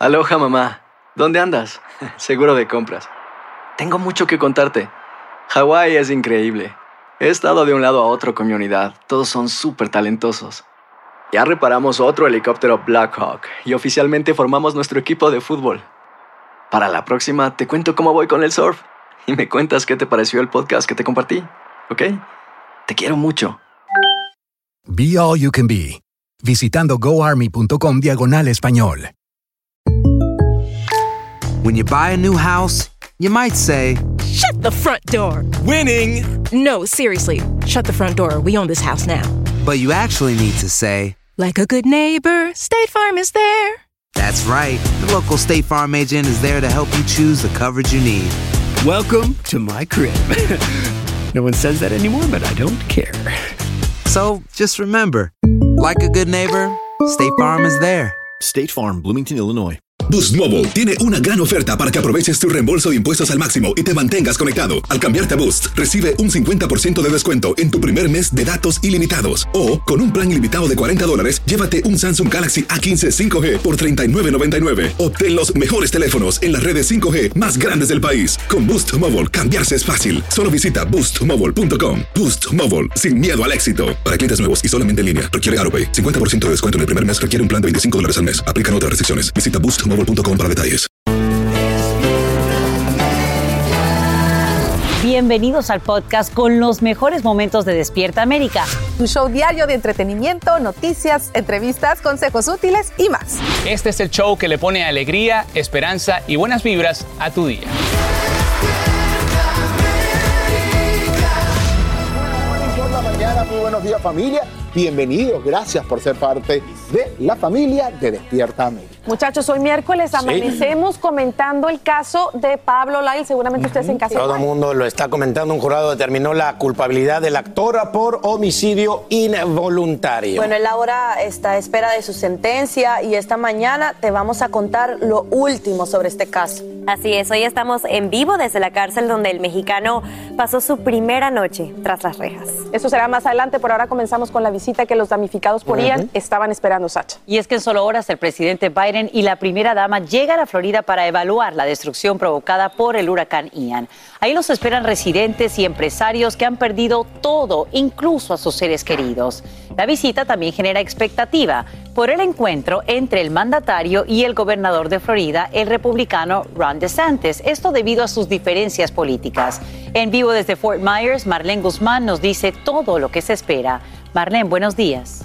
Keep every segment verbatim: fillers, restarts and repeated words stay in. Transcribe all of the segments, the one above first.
Aloha, mamá. ¿Dónde andas? Seguro de compras. Tengo mucho que contarte. Hawái es increíble. He estado de un lado a otro con mi unidad. Todos son súper talentosos. Ya reparamos otro helicóptero Blackhawk y oficialmente formamos nuestro equipo de fútbol. Para la próxima te cuento cómo voy con el surf y me cuentas qué te pareció el podcast que te compartí, ¿ok? Te quiero mucho. Be All You Can Be, visitando goarmy.com diagonal español. When you buy a new house, you might say, "Shut the front door." Winning! No, seriously. Shut the front door. We own this house now. But you actually need to say, like a good neighbor, State Farm is there. That's right. The local State Farm agent is there to help you choose the coverage you need. Welcome to my crib. No one says that anymore, but I don't care. So just remember, like a good neighbor, State Farm is there. State Farm, Bloomington, Illinois. Boost Mobile tiene una gran oferta para que aproveches tu reembolso de impuestos al máximo y te mantengas conectado. Al cambiarte a Boost, recibe un cincuenta por ciento de descuento en tu primer mes de datos ilimitados. O, con un plan ilimitado de cuarenta dólares, llévate un Samsung Galaxy A quince cinco G por treinta y nueve noventa y nueve. Obtén los mejores teléfonos en las redes cinco G más grandes del país. Con Boost Mobile, cambiarse es fácil. Solo visita boost mobile punto com. Boost Mobile, sin miedo al éxito. Para clientes nuevos y solamente en línea, requiere AutoPay. cincuenta por ciento de descuento en el primer mes requiere un plan de veinticinco dólares al mes. Aplican otras restricciones. Visita boost mobile punto com para detalles. Bienvenidos al podcast con los mejores momentos de Despierta América. Un show diario de entretenimiento, noticias, entrevistas, consejos útiles y más. Este es el show que le pone alegría, esperanza y buenas vibras a tu día. Muy buenos días, familia. Bienvenidos, gracias por ser parte de la familia de Despierta América. Muchachos, hoy miércoles amanecemos sí. comentando el caso de Pablo Lyle. Seguramente ustedes en casa. Todo el mundo lo está comentando. Un jurado determinó la culpabilidad del actor por homicidio involuntario. Bueno, él ahora está a espera de su sentencia y esta mañana te vamos a contar lo último sobre este caso. Así es, hoy estamos en vivo desde la cárcel donde el mexicano pasó su primera noche tras las rejas. Eso será más adelante, por ahora comenzamos con la visita que los damnificados por Ian uh-huh. estaban esperando, Sacha. Y es que en solo horas el presidente Biden y la primera dama llegan a Florida para evaluar la destrucción provocada por el huracán Ian. Ahí los esperan residentes y empresarios que han perdido todo, incluso a sus seres queridos. La visita también genera expectativa por el encuentro entre el mandatario y el gobernador de Florida, el republicano Ron DeSantis. Esto debido a sus diferencias políticas. En vivo desde Fort Myers, Marlene Guzmán nos dice todo lo que se espera. Marlene, buenos días.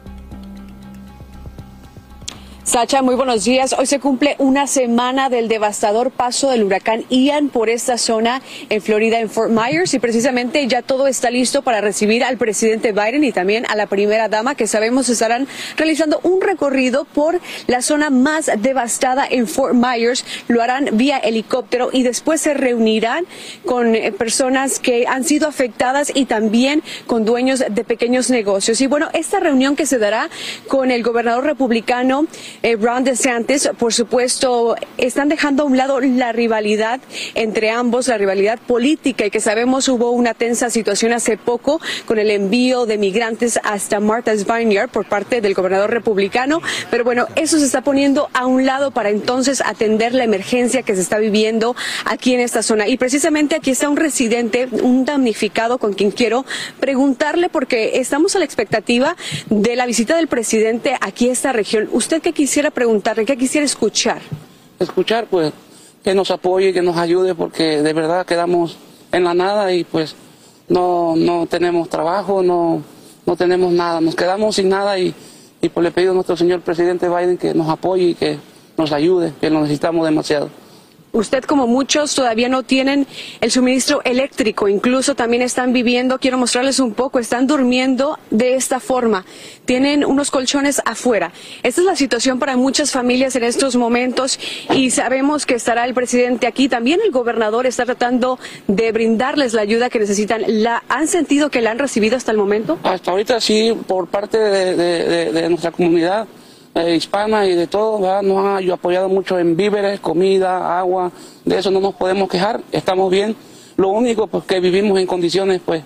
Sacha, muy buenos días. Hoy se cumple una semana del devastador paso del huracán Ian por esta zona en Florida, en Fort Myers, y precisamente ya todo está listo para recibir al presidente Biden y también a la primera dama, que sabemos estarán realizando un recorrido por la zona más devastada en Fort Myers. Lo harán vía helicóptero y después se reunirán con personas que han sido afectadas y también con dueños de pequeños negocios. Y bueno, esta reunión que se dará con el gobernador republicano Eh, Ron DeSantis, por supuesto, están dejando a un lado la rivalidad entre ambos, la rivalidad política, y que sabemos hubo una tensa situación hace poco con el envío de migrantes hasta Martha's Vineyard por parte del gobernador republicano. Pero bueno, eso se está poniendo a un lado para entonces atender la emergencia que se está viviendo aquí en esta zona. Y precisamente aquí está un residente, un damnificado, con quien quiero preguntarle, porque estamos a la expectativa de la visita del presidente aquí a esta región. ¿Usted qué quisiera preguntarle, qué quisiera escuchar? Escuchar, pues, que nos apoye, que nos ayude, porque de verdad quedamos en la nada y pues no, no tenemos trabajo, no, no tenemos nada, nos quedamos sin nada y, y pues le pido a nuestro señor presidente Biden que nos apoye y que nos ayude, que lo necesitamos demasiado. Usted, como muchos, todavía no tienen el suministro eléctrico, incluso también están viviendo, quiero mostrarles un poco, están durmiendo de esta forma, tienen unos colchones afuera. Esta es la situación para muchas familias en estos momentos y sabemos que estará el presidente aquí, también el gobernador está tratando de brindarles la ayuda que necesitan. ¿La han sentido que la han recibido hasta el momento? Hasta ahorita sí, por parte de, de, de, de nuestra comunidad Eh, hispana y de todo, ¿verdad? Nos han apoyado mucho en víveres, comida, agua, de eso no nos podemos quejar, estamos bien. Lo único, pues, que vivimos en condiciones, pues,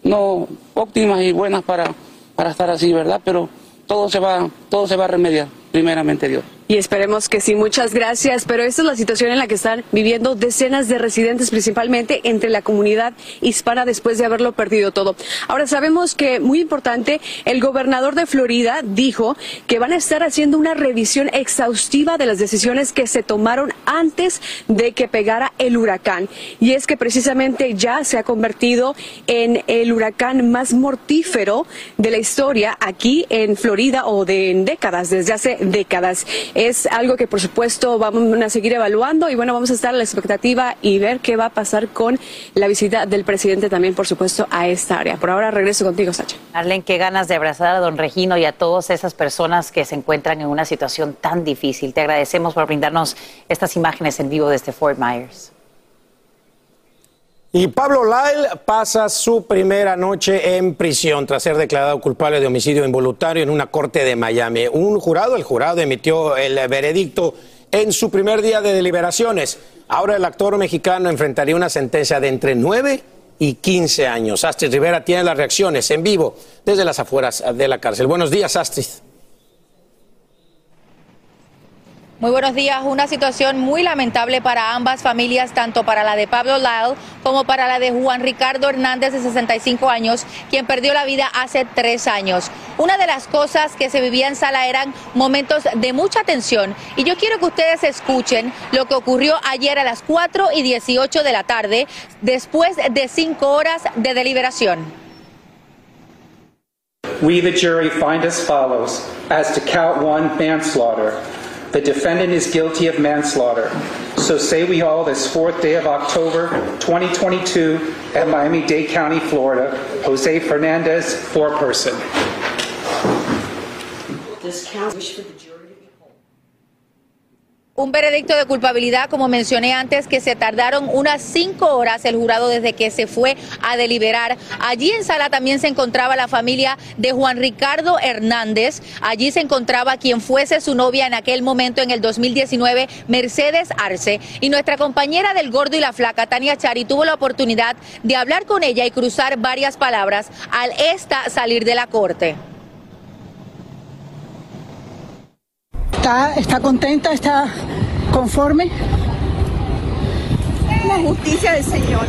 no óptimas y buenas para, para estar así, ¿verdad? Pero todo se va, todo se va a remediar, primeramente Dios. Y esperemos que sí, muchas gracias, pero esta es la situación en la que están viviendo decenas de residentes, principalmente entre la comunidad hispana después de haberlo perdido todo. Ahora sabemos que, muy importante, el gobernador de Florida dijo que van a estar haciendo una revisión exhaustiva de las decisiones que se tomaron antes de que pegara el huracán. Y es que precisamente ya se ha convertido en el huracán más mortífero de la historia aquí en Florida, o de en décadas, desde hace décadas. Es algo que por supuesto vamos a seguir evaluando y bueno, vamos a estar a la expectativa y ver qué va a pasar con la visita del presidente también, por supuesto, a esta área. Por ahora regreso contigo, Sacha. Arlen, qué ganas de abrazar a don Regino y a todas esas personas que se encuentran en una situación tan difícil. Te agradecemos por brindarnos estas imágenes en vivo desde Fort Myers. Y Pablo Lyle pasa su primera noche en prisión tras ser declarado culpable de homicidio involuntario en una corte de Miami. Un jurado, el jurado emitió el veredicto en su primer día de deliberaciones. Ahora el actor mexicano enfrentaría una sentencia de entre nueve y quince años. Astrid Rivera tiene las reacciones en vivo desde las afueras de la cárcel. Buenos días, Astrid. Muy buenos días. Una situación muy lamentable para ambas familias, tanto para la de Pablo Lyle como para la de Juan Ricardo Hernández, de sesenta y cinco años, quien perdió la vida hace tres años. Una de las cosas que se vivía en sala eran momentos de mucha tensión. Y yo quiero que ustedes escuchen lo que ocurrió ayer a las cuatro y dieciocho de la tarde, después de cinco horas de deliberación. We, the jury, find as follows. As to count one, manslaughter. The defendant is guilty of manslaughter. So say we all this fourth day of October, twenty twenty-two, at Miami-Dade County, Florida, Jose Fernandez, foreperson. This count wish for the jury to be whole. Un veredicto de culpabilidad, como mencioné antes, que se tardaron unas cinco horas el jurado desde que se fue a deliberar. Allí en sala también se encontraba la familia de Juan Ricardo Hernández. Allí se encontraba quien fuese su novia en aquel momento, en el dos mil diecinueve, Mercedes Arce. Y nuestra compañera del Gordo y la Flaca, Tania Chari, tuvo la oportunidad de hablar con ella y cruzar varias palabras al esta salir de la corte. Está, está contenta, está conforme. La justicia del Señor.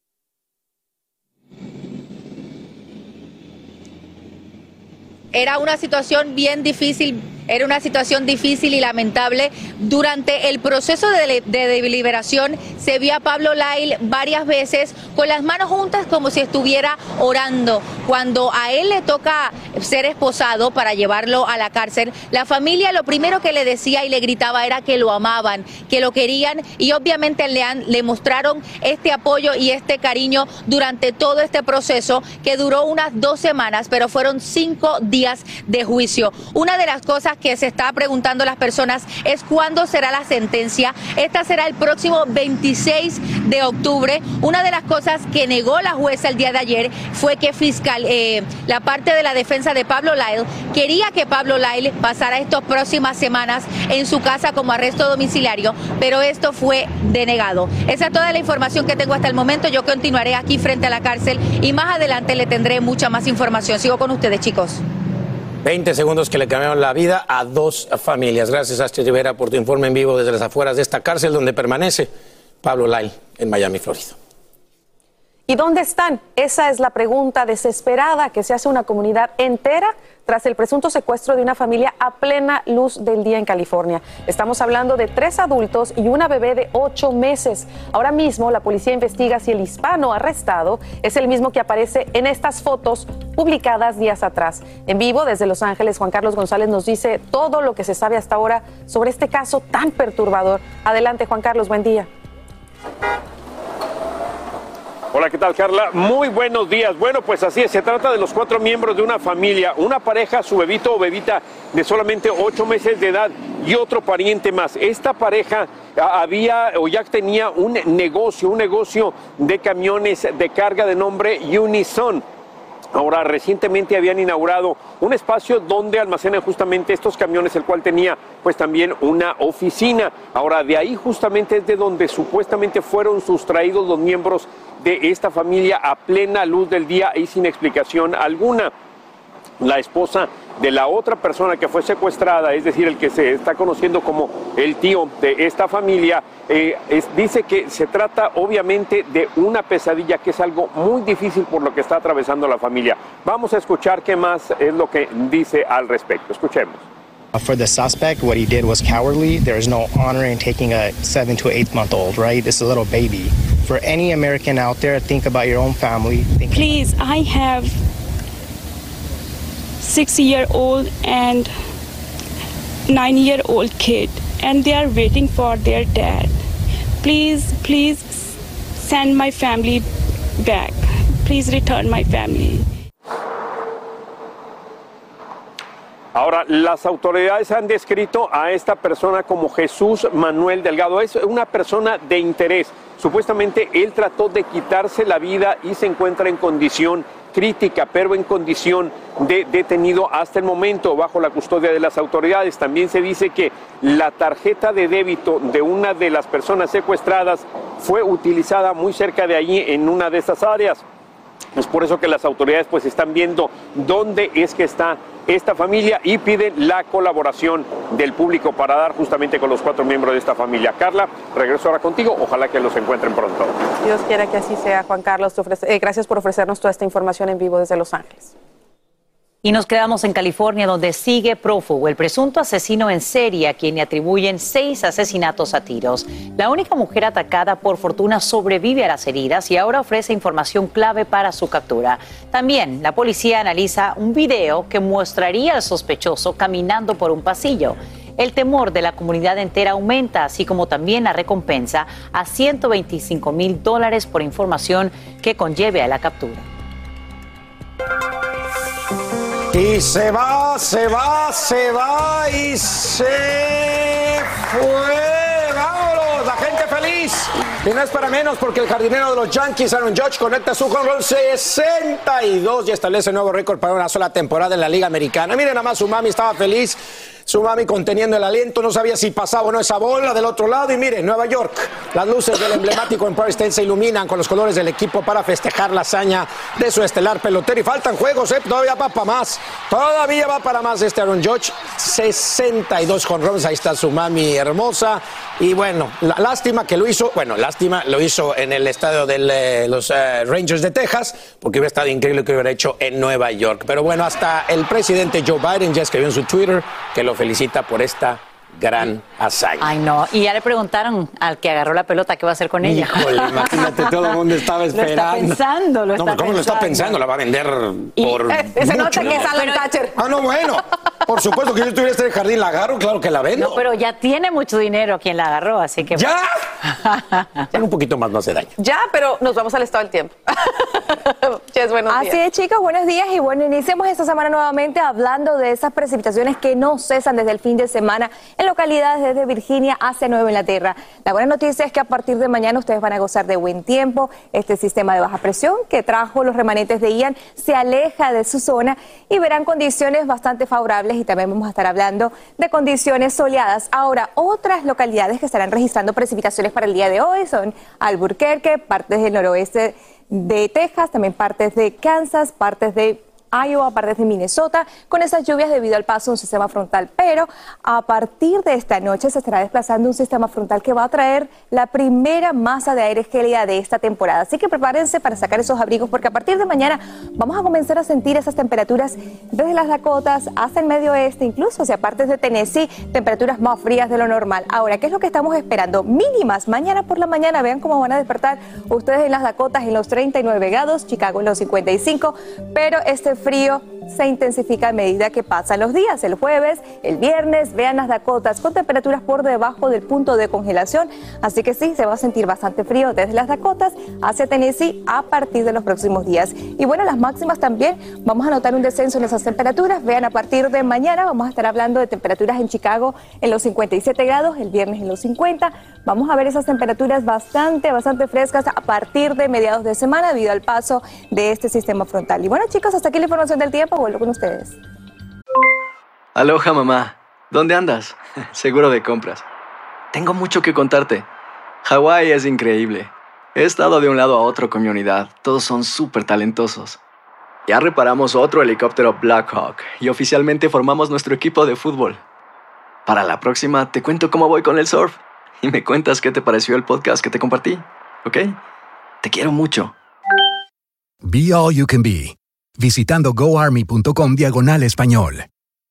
Era una situación bien difícil. Era una situación difícil y lamentable. Durante el proceso de, de deliberación se vio a Pablo Lyle varias veces con las manos juntas como si estuviera orando. Cuando a él le toca ser esposado para llevarlo a la cárcel, la familia lo primero que le decía y le gritaba era que lo amaban, que lo querían, y obviamente le, han, le mostraron este apoyo y este cariño durante todo este proceso, que duró unas dos semanas, pero fueron cinco días de juicio. Una de las cosas que se está preguntando las personas es cuándo será la sentencia. Esta será el próximo veintiséis de octubre. Una de las cosas que negó la jueza el día de ayer fue que fiscal, eh, la parte de la defensa de Pablo Lyle quería que Pablo Lyle pasara estas próximas semanas en su casa como arresto domiciliario, pero esto fue denegado. Esa es toda la información que tengo hasta el momento. Yo continuaré aquí frente a la cárcel y más adelante le tendré mucha más información. Sigo con ustedes, chicos. veinte segundos que le cambiaron la vida a dos familias. Gracias, Astrid Rivera, por tu informe en vivo desde las afueras de esta cárcel donde permanece Pablo Lyle en Miami, Florida. ¿Y dónde están? Esa es la pregunta desesperada que se hace una comunidad entera tras el presunto secuestro de una familia a plena luz del día en California. Estamos hablando de tres adultos y una bebé de ocho meses. Ahora mismo la policía investiga si el hispano arrestado es el mismo que aparece en estas fotos publicadas días atrás. En vivo desde Los Ángeles, Juan Carlos González nos dice todo lo que se sabe hasta ahora sobre este caso tan perturbador. Adelante, Juan Carlos, buen día. Hola, ¿qué tal, Carla? Muy buenos días. Bueno, pues así es, se trata de los cuatro miembros de una familia, una pareja, su bebito o bebita de solamente ocho meses de edad y otro pariente más. Esta pareja había o ya tenía un negocio, un negocio de camiones de carga de nombre Unison. Ahora, recientemente habían inaugurado un espacio donde almacenan justamente estos camiones, el cual tenía pues también una oficina. Ahora, de ahí justamente es de donde supuestamente fueron sustraídos los miembros de esta familia a plena luz del día y sin explicación alguna. la esposa de la otra persona que fue secuestrada, es decir, el que se está conociendo como el tío de esta familia, eh, es, dice que se trata obviamente de una pesadilla, que es algo muy difícil por lo que está atravesando la familia. Vamos a escuchar qué más es lo que dice al respecto. Escuchemos. For the suspect, what he did was cowardly. There is no honor in taking a seven to eight month old, right? This is a little baby. For any American out there, think about your own family. Think Please, I have six-year-old and nine-year-old kid, and they are waiting for their dad. Please, please send my family back. Please return my family. Ahora, las autoridades han descrito a esta persona como Jesús Manuel Delgado. Es una persona de interés. Supuestamente él trató de quitarse la vida y se encuentra en condición crítica, pero en condición de detenido hasta el momento, bajo la custodia de las autoridades. También se dice que la tarjeta de débito de una de las personas secuestradas fue utilizada muy cerca de allí, en una de estas áreas. Es por eso que las autoridades pues están viendo dónde es que está esta familia y piden la colaboración del público para dar justamente con los cuatro miembros de esta familia. Carla, regreso ahora contigo. Ojalá que los encuentren pronto. Dios quiera que así sea, Juan Carlos. Te ofrece, eh, gracias por ofrecernos toda esta información en vivo desde Los Ángeles. Y nos quedamos en California, donde sigue prófugo el presunto asesino en serie, a quien le atribuyen seis asesinatos a tiros. La única mujer atacada, por fortuna, sobrevive a las heridas y ahora ofrece información clave para su captura. También la policía analiza un video que mostraría al sospechoso caminando por un pasillo. El temor de la comunidad entera aumenta, así como también la recompensa a ciento veinticinco mil dólares por información que conlleve a la captura. Y se va, se va, se va y se fue. ¡Vámonos! La gente feliz. Y no es para menos, porque el jardinero de los Yankees, Aaron Judge, conecta su jonrón sesenta y dos y establece nuevo récord para una sola temporada en la Liga Americana. Miren, nada más su mami estaba feliz. Su mami conteniendo el aliento, no sabía si pasaba o no esa bola del otro lado. Y miren, Nueva York, las luces del emblemático Empire State se iluminan con los colores del equipo para festejar la hazaña de su estelar pelotero. Y faltan juegos, ¿eh? Todavía va para más. Todavía va para más este Aaron Judge. sesenta y dos jonrones, ahí está su mami hermosa. Y bueno, la, lástima que lo hizo, bueno, lástima lo hizo en el estadio de eh, los eh, Rangers de Texas, porque hubiera estado increíble que lo hubiera hecho en Nueva York. Pero bueno, hasta el presidente Joe Biden ya escribió en su Twitter que lo felicita por esta gran hazaña. Ay, no. Y ya le preguntaron al que agarró la pelota qué va a hacer con ella. Híjole, imagínate, todo el mundo estaba esperando. Lo está pensando, lo está no, ¿cómo pensando? lo está pensando? La va a vender y, por eh, Se mucho, nota que ¿no? es Alan Thatcher. Ah, no, bueno. Por supuesto que yo tuviera este jardín, la agarro, claro que la vendo. No, pero ya tiene mucho dinero quien la agarró, así que... ¡Ya! Tiene un poquito más, no hace daño. Ya, pero nos vamos al estado del tiempo. Jess, buenos días. Así es, chicos, buenos días. Y bueno, iniciemos esta semana nuevamente hablando de esas precipitaciones que no cesan desde el fin de semana en localidades desde Virginia hacia Nueva Inglaterra. La buena noticia es que a partir de mañana ustedes van a gozar de buen tiempo. Este sistema de baja presión que trajo los remanentes de Ian se aleja de su zona y verán condiciones bastante favorables, y también vamos a estar hablando de condiciones soleadas. Ahora, otras localidades que estarán registrando precipitaciones para el día de hoy son Albuquerque, partes del noroeste de Texas, también partes de Kansas, partes de Iowa, partes de Minnesota, con esas lluvias debido al paso de un sistema frontal. Pero a partir de esta noche se estará desplazando un sistema frontal que va a traer la primera masa de aire gélida de esta temporada. Así que prepárense para sacar esos abrigos, porque a partir de mañana vamos a comenzar a sentir esas temperaturas desde las Dakotas hasta el medio oeste, incluso hacia partes de Tennessee, temperaturas más frías de lo normal. Ahora, ¿qué es lo que estamos esperando? Mínimas mañana por la mañana. Vean cómo van a despertar ustedes en las Dakotas en los treinta y nueve grados, Chicago en los cincuenta y cinco, pero este frío se intensifica a medida que pasan los días. El jueves, el viernes, vean las Dakotas con temperaturas por debajo del punto de congelación, así que sí, se va a sentir bastante frío desde las Dakotas hacia Tennessee a partir de los próximos días. Y bueno, las máximas también, vamos a notar un descenso en esas temperaturas. Vean, a partir de mañana vamos a estar hablando de temperaturas en Chicago en los cincuenta y siete grados, el viernes en los cincuenta. Vamos a ver esas temperaturas bastante, bastante frescas a partir de mediados de semana debido al paso de este sistema frontal. Y bueno, chicos, hasta aquí la información del tiempo. Vuelvo con ustedes. Aloha, mamá. ¿Dónde andas? Seguro de compras. Tengo mucho que contarte. Hawái es increíble. He estado de un lado a otro con mi unidad. Todos son súper talentosos. Ya reparamos otro helicóptero Blackhawk y oficialmente formamos nuestro equipo de fútbol. Para la próxima te cuento cómo voy con el surf y me cuentas qué te pareció el podcast que te compartí, ¿ok? Te quiero mucho. Be All You Can Be, visitando goarmy.com diagonal español.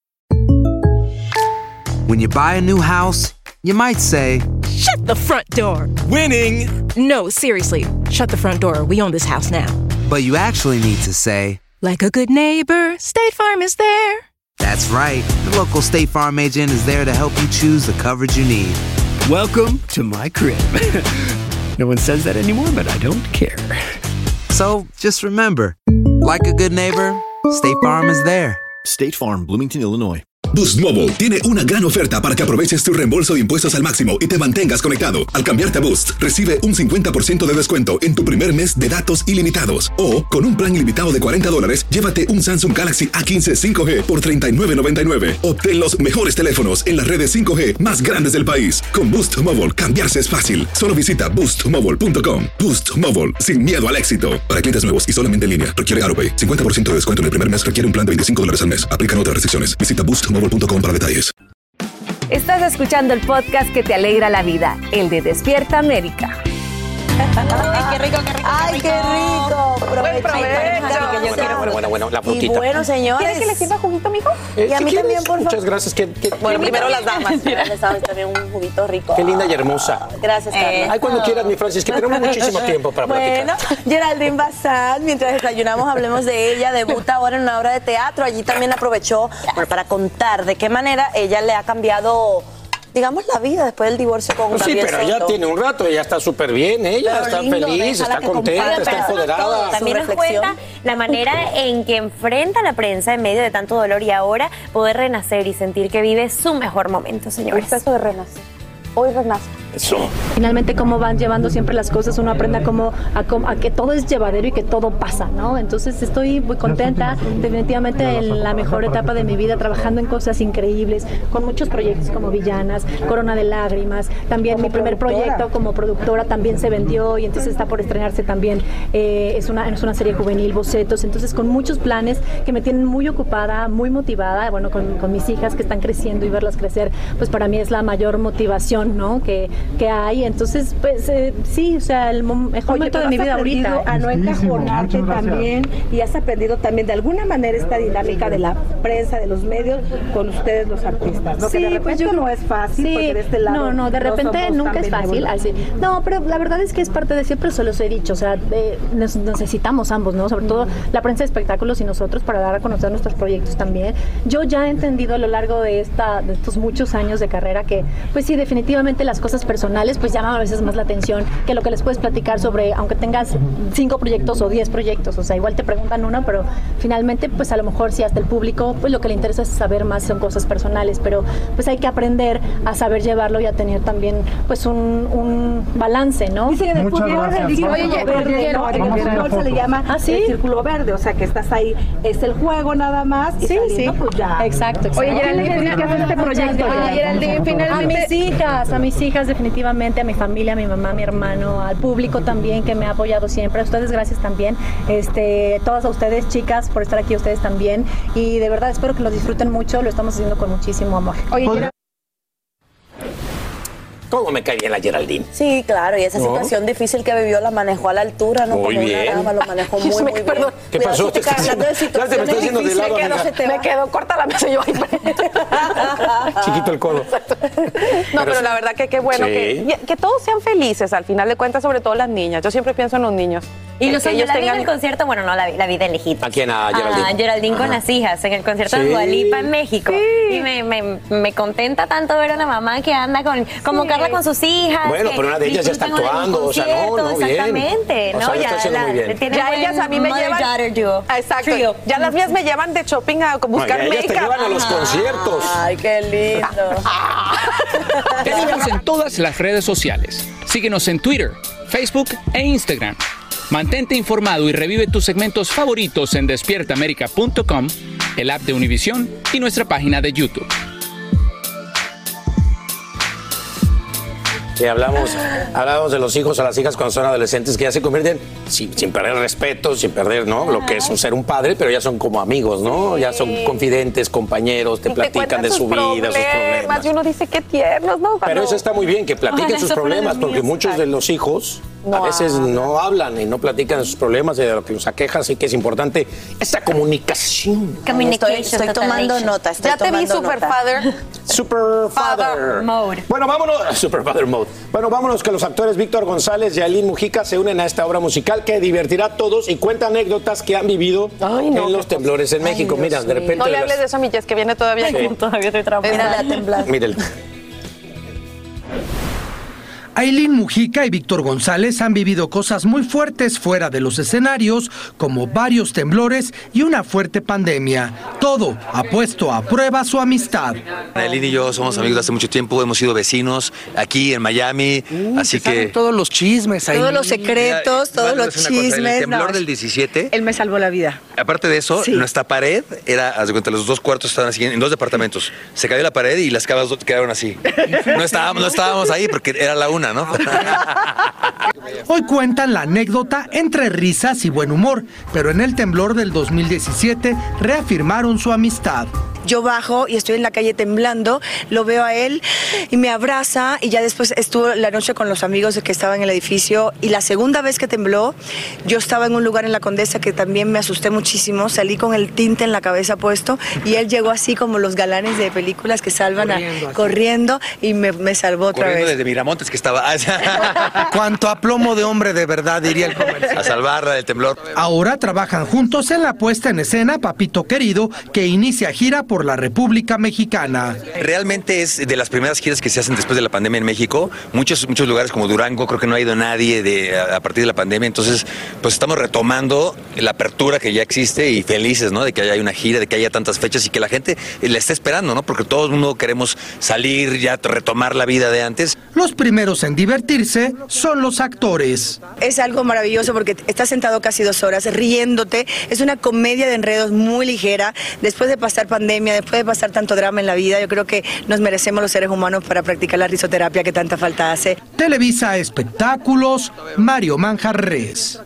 When you buy a new house, you might say, Shut the front door! Winning! No, seriously, shut the front door. We own this house now. But you actually need to say, Like a good neighbor, State Farm is there. That's right. The local State Farm agent is there to help you choose the coverage you need. Welcome to my crib. No one says that anymore, but I don't care. So just remember, like a good neighbor, State Farm is there. State Farm, Bloomington, Illinois. Boost Mobile tiene una gran oferta para que aproveches tu reembolso de impuestos al máximo y te mantengas conectado. Al cambiarte a Boost, recibe un cincuenta por ciento de descuento en tu primer mes de datos ilimitados. O, con un plan ilimitado de cuarenta dólares, llévate un Samsung Galaxy A quince cinco G por treinta y nueve noventa y nueve. Obtén los mejores teléfonos en las redes cinco G más grandes del país. Con Boost Mobile, cambiarse es fácil. Solo visita boost mobile punto com. Boost Mobile, sin miedo al éxito. Para clientes nuevos y solamente en línea, requiere AutoPay. cincuenta por ciento de descuento en el primer mes, requiere un plan de veinticinco dólares al mes. Aplican otras restricciones. Visita boost mobile punto com para detalles. Estás escuchando el podcast que te alegra la vida, el de Despierta América. Ay, qué rico, qué rico. Ay, qué rico. Buen provecho. Bueno, bueno, bueno, la frutita. Y bueno, señores. ¿Quieres que le sirva juguito, mijo? Eh, y a si mí quieres, también, por favor. Muchas gracias. ¿Qué, qué, Bueno, qué primero las damas. Ya le sabes, también un juguito rico. Qué linda y hermosa. Gracias, Carla. Ay, cuando quieras, mi Francis, que tenemos muchísimo tiempo para bueno, platicar. Bueno, Geraldine Bazán, mientras desayunamos, hablemos de ella. Debuta ahora en una obra de teatro. Allí también aprovechó bueno, para contar de qué manera ella le ha cambiado, digamos, la vida después del divorcio con pues sí, Gabriel pero Soto. ella tiene un rato, ella está súper bien, ella Pero está lindo, feliz, déjala está que contenta, comparta está empoderada. Todo. También nos cuenta la manera en que enfrenta la prensa en medio de tanto dolor y ahora poder renacer y sentir que vive su mejor momento, señores. Eso de renacer. Hoy renace. Eso. Finalmente, cómo van llevando siempre las cosas, uno aprende a, cómo, a, cómo, a que todo es llevadero y que todo pasa, ¿no? Entonces estoy muy contenta, definitivamente en la mejor etapa de mi vida, trabajando en cosas increíbles, con muchos proyectos como Villanas, Corona de Lágrimas, también mi primer proyecto como productora también se vendió y entonces está por estrenarse también, eh, es, una, es una serie juvenil, Bocetos, entonces con muchos planes que me tienen muy ocupada, muy motivada, bueno, con, con mis hijas que están creciendo y verlas crecer, pues para mí es la mayor motivación, ¿no? Que, que hay, entonces pues eh, sí, o sea, el mom- mejor momento de mi vida ahorita. A no encajonarte también y has aprendido también de alguna manera esta dinámica de la prensa, de los medios, con ustedes los artistas, ¿no? Sí, que de repente pues yo no es fácil, sí, porque de este lado no, no, de repente somos nunca tan es fácil. benévolos. Así. No, pero la verdad es que es parte de siempre, se los he dicho, o sea, de- nos- necesitamos ambos, ¿no? Sobre todo la prensa de espectáculos y nosotros para dar a conocer nuestros proyectos también. Yo ya he entendido a lo largo de esta, de estos muchos años de carrera que, pues sí, definitivamente las cosas personales, pues llaman a veces más la atención que lo que les puedes platicar sobre, aunque tengas cinco proyectos o diez proyectos, o sea, igual te preguntan uno, pero finalmente, pues a lo mejor si hasta el público, pues lo que le interesa es saber más, son cosas personales, pero pues hay que aprender a saber llevarlo y a tener también, pues un, un balance, ¿no? Dice en el fútbol, el círculo Oye, verde, ¿no? En el fútbol se le llama ¿Ah, sí? el círculo verde, o sea que estás ahí, es el juego nada más y Sí, saliendo, sí. pues ya. Exacto, exacto. Oye, Geraldine, ¿quién que hacer este proyecto? Oye, Geraldine, finalmente. A mis hijas, a mis hijas definitivamente, a mi familia, a mi mamá, a mi hermano, al público también que me ha apoyado siempre, a ustedes gracias también, este, todas a ustedes chicas por estar aquí, ustedes también, y de verdad espero que lo disfruten mucho, lo estamos haciendo con muchísimo amor. Oye, Geraldine, ¿Cómo me cae bien la Geraldine? Sí, claro, y esa ¿No? situación difícil que vivió la manejó a la altura, ¿no? Muy Como bien. una dama, lo manejó muy, muy bien. Perdón. ¿Qué Cuidado pasó? si te Te estás caes hablando de haciendo- ya te me estás situaciones haciendo de difíciles lado, que no amiga. se te Me va. quedó corta la mesa yo ahí. Chiquito el codo. No, pero la verdad que qué bueno Sí. que, que todos sean felices, al final de cuentas, sobre todo las niñas. Yo siempre pienso en los niños. Y Que los ellos la vi en tengan- el concierto, bueno, no la vi, la vi de lejitos. ¿A quién? ¿A Geraldine? A Geraldine con Ajá. las hijas, en el concierto Sí. de Dua Lipa en México. Y me, me, me contenta tanto ver a una mamá que anda con, como Sí. Carla con sus hijas. Bueno, que pero una de ellas ya está disfrutan con el actuando, o sea, no, concierto, no, bien. exactamente, O ¿no? sea, lo está haciendo muy bien. tiene Ya buen ellas a mí me llevan. mother-daughter duo. Ah, exacto. Trío. Ya las mías me llevan de shopping a buscar No, ya ellas te make-up. llevan a los Ajá. conciertos. Ay, qué lindo. Síguenos en todas las redes sociales. Síguenos en Twitter, Facebook e Instagram. Mantente informado y revive tus segmentos favoritos en despierta américa punto com, el app de Univision y nuestra página de YouTube. Sí, hablamos, hablamos de los hijos o las hijas cuando son adolescentes que ya se convierten sin, sin perder respeto, sin perder, ¿no? Lo que es un ser un padre, pero ya son como amigos, ¿no? Ya son confidentes, compañeros, te Y platican de su vida, sus problemas. Y uno dice, qué tiernos, ¿no? Cuando- Pero eso está muy bien, que platiquen Ay, sus eso fueron problemas, los porque míos, muchos de los hijos No a veces hablan. no hablan y no platican de sus problemas y de lo que los aqueja, así que es importante esa comunicación. Estoy, estoy tomando nota. Estoy Ya te vi, tomando super nota. father. Super Father Mode. Bueno, vámonos. Super Father Mode. Bueno, vámonos que los actores Víctor González y Ailín Mujica se unen a esta obra musical que divertirá a todos y cuenta anécdotas que han vivido Ay, no, en los temblores en México. Mira, de repente. No le las- hables de eso a mi Jess, que viene todavía. Sí. Todavía estoy traumada. Mírale a temblar. Mírenlo. Ailín Mujica y Víctor González han vivido cosas muy fuertes fuera de los escenarios, como varios temblores y una fuerte pandemia. Todo ha puesto a prueba su amistad. Ailín y yo somos amigos de hace mucho tiempo, hemos sido vecinos aquí en Miami, así que... Todos los chismes, Todos los secretos, Mira, todos igual los es una cosa, chismes. El temblor no, del diecisiete, Él me salvó la vida. aparte de eso, Sí. nuestra pared era, haz de cuenta, los dos cuartos estaban así en dos departamentos. Se cayó la pared y las camas quedaron así. No estábamos, no estábamos ahí porque era la una, ¿no? Hoy cuentan la anécdota entre risas y buen humor, pero en el temblor del dos mil diecisiete reafirmaron su amistad. Yo bajo y estoy en la calle temblando, lo veo a él y me abraza y ya después estuvo la noche con los amigos que estaban en el edificio y la segunda vez que tembló yo estaba en un lugar en la Condesa que también me asusté muchísimo, salí con el tinte en la cabeza puesto y él llegó así como los galanes de películas que salvan Corriendo a, así. corriendo y me, me salvó otra Corriendo vez. desde Miramontes que estaba Cuánto aplomo de hombre de verdad, diría el comercial. a salvarla del temblor. Ahora trabajan juntos en la puesta en escena Papito Querido, que inicia gira por la República Mexicana. Realmente es de las primeras giras que se hacen después de la pandemia en México. Muchos, muchos lugares como Durango, creo que no ha ido nadie de, a, a partir de la pandemia. Entonces, pues estamos retomando la apertura que ya existe y felices, ¿no? De que haya una gira, de que haya tantas fechas y que la gente la esté esperando, ¿no? Porque todo el mundo queremos salir, ya retomar la vida de antes. Los primeros en divertirse son los actores. Es algo maravilloso porque estás sentado casi dos horas riéndote. Es una comedia de enredos muy ligera. Después de pasar pandemia, después de pasar tanto drama en la vida, yo creo que nos merecemos los seres humanos para practicar la risoterapia que tanta falta hace. Televisa Espectáculos, Mario Manjarres.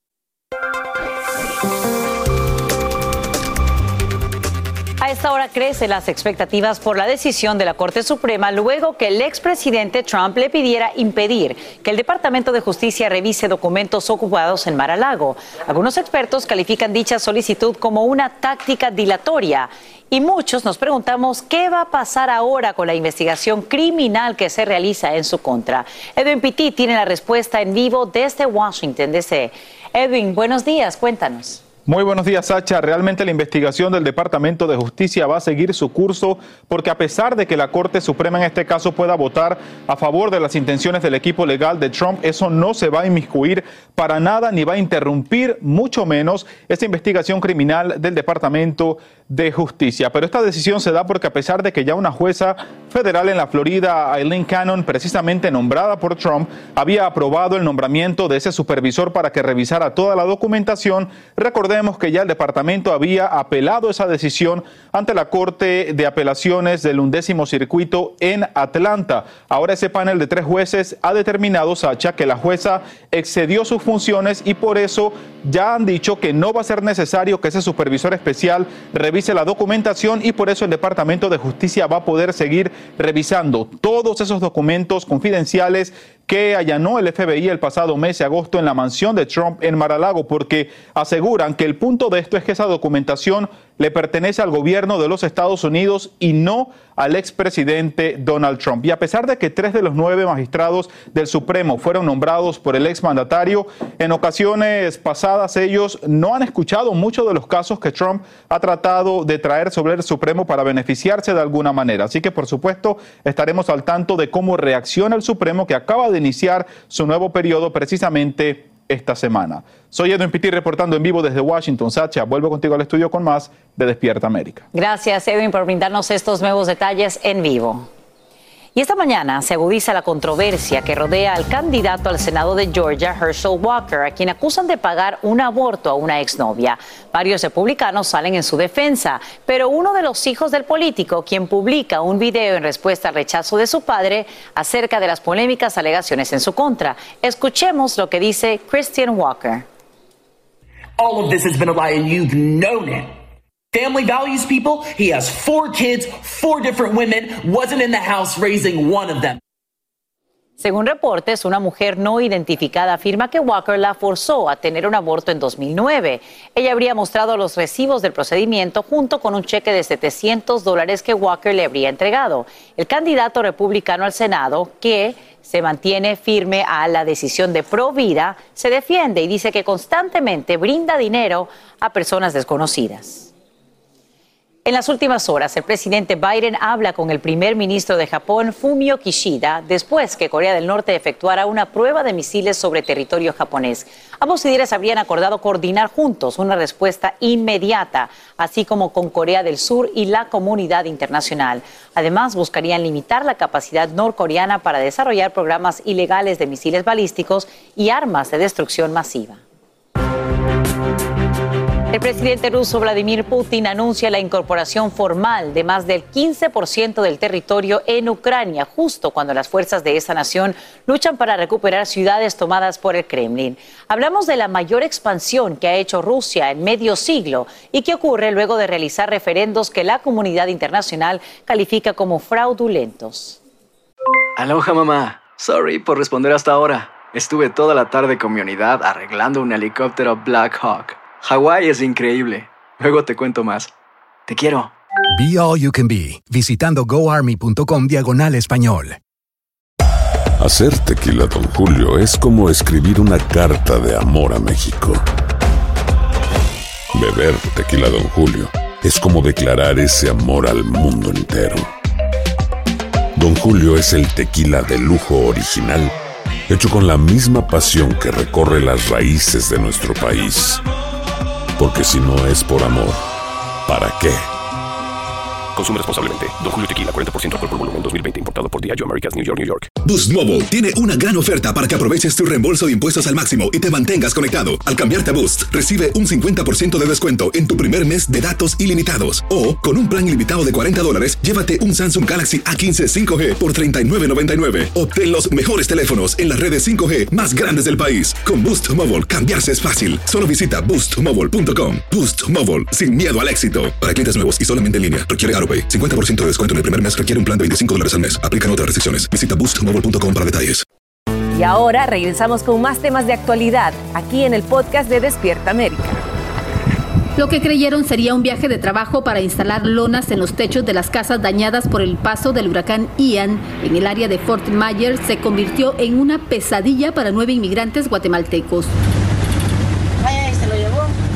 A esta hora crecen las expectativas por la decisión de la Corte Suprema luego que el expresidente Trump le pidiera impedir que el Departamento de Justicia revise documentos ocupados en Mar-a-Lago. Algunos expertos califican dicha solicitud como una táctica dilatoria y muchos nos preguntamos qué va a pasar ahora con la investigación criminal que se realiza en su contra. Edwin Pitti tiene la respuesta en vivo desde Washington, D C Edwin, buenos días, cuéntanos. Muy buenos días, Sacha. Realmente la investigación del Departamento de Justicia va a seguir su curso porque a pesar de que la Corte Suprema en este caso pueda votar a favor de las intenciones del equipo legal de Trump, eso no se va a inmiscuir para nada ni va a interrumpir, mucho menos, esta investigación criminal del Departamento de Justicia. Pero esta decisión se da porque a pesar de que ya una jueza federal en la Florida, Aileen Cannon, precisamente nombrada por Trump, había aprobado el nombramiento de ese supervisor para que revisara toda la documentación, recordemos que ya el departamento había apelado esa decisión ante la Corte de Apelaciones del Undécimo Circuito en Atlanta. Ahora ese panel de tres jueces ha determinado, Sacha, que la jueza excedió sus funciones y por eso ya han dicho que no va a ser necesario que ese supervisor especial revise la documentación y por eso el Departamento de Justicia va a poder seguir revisando todos esos documentos confidenciales que allanó el F B I el pasado mes de agosto en la mansión de Trump en Mar-a-Lago, porque aseguran que el punto de esto es que esa documentación le pertenece al gobierno de los Estados Unidos y no al expresidente Donald Trump. Y a pesar de que tres de los nueve magistrados del Supremo fueron nombrados por el exmandatario, en ocasiones pasadas ellos no han escuchado muchos de los casos que Trump ha tratado de traer sobre el Supremo para beneficiarse de alguna manera. Así que, por supuesto, estaremos al tanto de cómo reacciona el Supremo, que acaba de iniciar su nuevo periodo precisamente esta semana. Soy Edwin Pitti reportando en vivo desde Washington. Sacha, vuelvo contigo al estudio con más de Despierta América. Gracias, Edwin, por brindarnos estos nuevos detalles en vivo. Y esta mañana se agudiza la controversia que rodea al candidato al Senado de Georgia, Herschel Walker, a quien acusan de pagar un aborto a una exnovia. Varios republicanos salen en su defensa, pero uno de los hijos del político, quien publica un video en respuesta al rechazo de su padre acerca de las polémicas alegaciones en su contra. Escuchemos lo que dice Christian Walker. All of this has been a lie and you've known it. Family values people. He has four kids, four different women, wasn't in the house raising one of them. Según reportes, una mujer no identificada afirma que Walker la forzó a tener un aborto en dos mil nueve. Ella habría mostrado los recibos del procedimiento junto con un cheque de setecientos dólares que Walker le habría entregado. El candidato republicano al Senado, que se mantiene firme a la decisión de pro vida, se defiende y dice que constantemente brinda dinero a personas desconocidas. En las últimas horas, el presidente Biden habla con el primer ministro de Japón, Fumio Kishida, después que Corea del Norte efectuara una prueba de misiles sobre territorio japonés. Ambos líderes habrían acordado coordinar juntos una respuesta inmediata, así como con Corea del Sur y la comunidad internacional. Además, buscarían limitar la capacidad norcoreana para desarrollar programas ilegales de misiles balísticos y armas de destrucción masiva. El presidente ruso Vladimir Putin anuncia la incorporación formal de más del quince por ciento del territorio en Ucrania, justo cuando las fuerzas de esa nación luchan para recuperar ciudades tomadas por el Kremlin. Hablamos de la mayor expansión que ha hecho Rusia en medio siglo y que ocurre luego de realizar referendos que la comunidad internacional califica como fraudulentos. Aloha, mamá. Sorry por responder hasta ahora. Estuve toda la tarde con mi unidad arreglando un helicóptero Black Hawk. Hawái es increíble. Luego te cuento más. Te quiero. Be All You Can Be, visitando goarmy.com diagonal español. Hacer tequila Don Julio es como escribir una carta de amor a México. Beber tequila Don Julio es como declarar ese amor al mundo entero. Don Julio es el tequila de lujo original, hecho con la misma pasión que recorre las raíces de nuestro país. Porque si no es por amor, ¿para qué? Consume responsablemente. Don Julio Tequila, cuarenta por ciento alcohol por volumen, dos mil veinte, importado por Diageo Americas, New York, New York. Boost Mobile tiene una gran oferta para que aproveches tu reembolso de impuestos al máximo y te mantengas conectado. Al cambiarte a Boost, recibe un cincuenta por ciento de descuento en tu primer mes de datos ilimitados. O, con un plan ilimitado de cuarenta dólares, llévate un Samsung Galaxy A quince cinco G por treinta y nueve noventa y nueve. Obtén los mejores teléfonos en las redes cinco G más grandes del país. Con Boost Mobile, cambiarse es fácil. Solo visita boost mobile punto com. Boost Mobile, sin miedo al éxito. Para clientes nuevos y solamente en línea, requiere AutoPay. cincuenta por ciento de descuento en el primer mes, requiere un plan de veinticinco dólares al mes. Aplican otras restricciones. Visita boost mobile punto com para detalles. Y ahora regresamos con más temas de actualidad aquí en el podcast de Despierta América. Lo que creyeron sería un viaje de trabajo para instalar lonas en los techos de las casas dañadas por el paso del huracán Ian en el área de Fort Myers se convirtió en una pesadilla para nueve inmigrantes guatemaltecos. Ay, se lo llevó.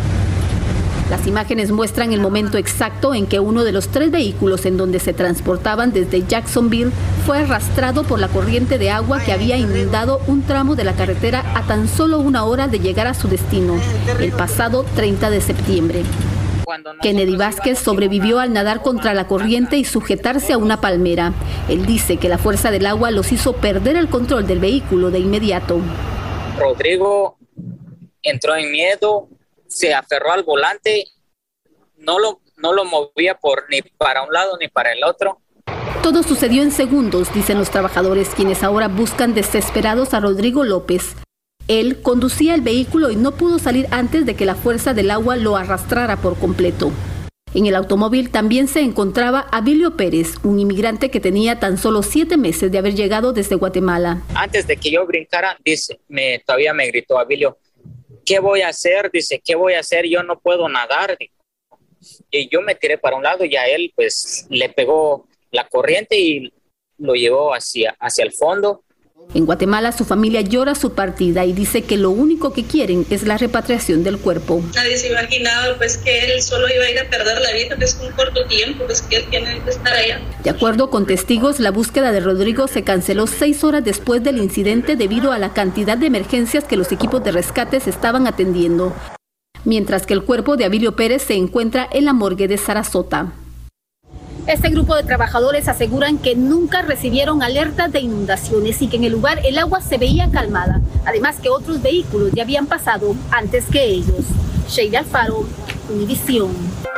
Las imágenes muestran el momento exacto en que uno de los tres vehículos en donde se transportaban desde Jacksonville fue arrastrado por la corriente de agua que había inundado un tramo de la carretera a tan solo una hora de llegar a su destino, el pasado treinta de septiembre. Kennedy Vázquez sobrevivió al nadar contra la corriente y sujetarse a una palmera. Él dice que la fuerza del agua los hizo perder el control del vehículo de inmediato. Rodrigo entró en miedo, se aferró al volante, no lo, no lo movía por ni para un lado ni para el otro. Todo sucedió en segundos, dicen los trabajadores, quienes ahora buscan desesperados a Rodrigo López. Él conducía el vehículo y no pudo salir antes de que la fuerza del agua lo arrastrara por completo. En el automóvil también se encontraba Abilio Pérez, un inmigrante que tenía tan solo siete meses de haber llegado desde Guatemala. Antes de que yo brincara, dice, me, todavía me gritó Abilio, ¿qué voy a hacer? Dice, ¿qué voy a hacer? Yo no puedo nadar. Y yo me tiré para un lado y a él pues le pegó la corriente y lo llevó hacia, hacia el fondo. En Guatemala su familia llora su partida y dice que lo único que quieren es la repatriación del cuerpo. Nadie se imaginaba pues que él solo iba a ir a perder la vida, pues un corto tiempo, pues que él tiene que estar allá. De acuerdo con testigos, la búsqueda de Rodrigo se canceló seis horas después del incidente debido a la cantidad de emergencias que los equipos de rescates estaban atendiendo, mientras que el cuerpo de Abilio Pérez se encuentra en la morgue de Sarasota. Este grupo de trabajadores aseguran que nunca recibieron alertas de inundaciones y que en el lugar el agua se veía calmada. Además que otros vehículos ya habían pasado antes que ellos. Sheila Alfaro, Univisión.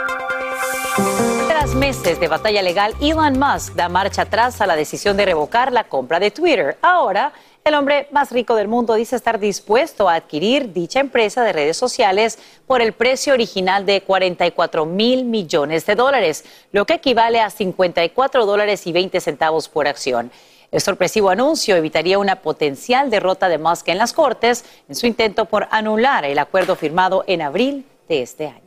Tras meses de batalla legal, Elon Musk da marcha atrás a la decisión de revocar la compra de Twitter. Ahora, el hombre más rico del mundo dice estar dispuesto a adquirir dicha empresa de redes sociales por el precio original de cuarenta y cuatro mil millones de dólares, lo que equivale a cincuenta y cuatro dólares y veinte centavos por acción. El sorpresivo anuncio evitaría una potencial derrota de Musk en las Cortes en su intento por anular el acuerdo firmado en abril de este año.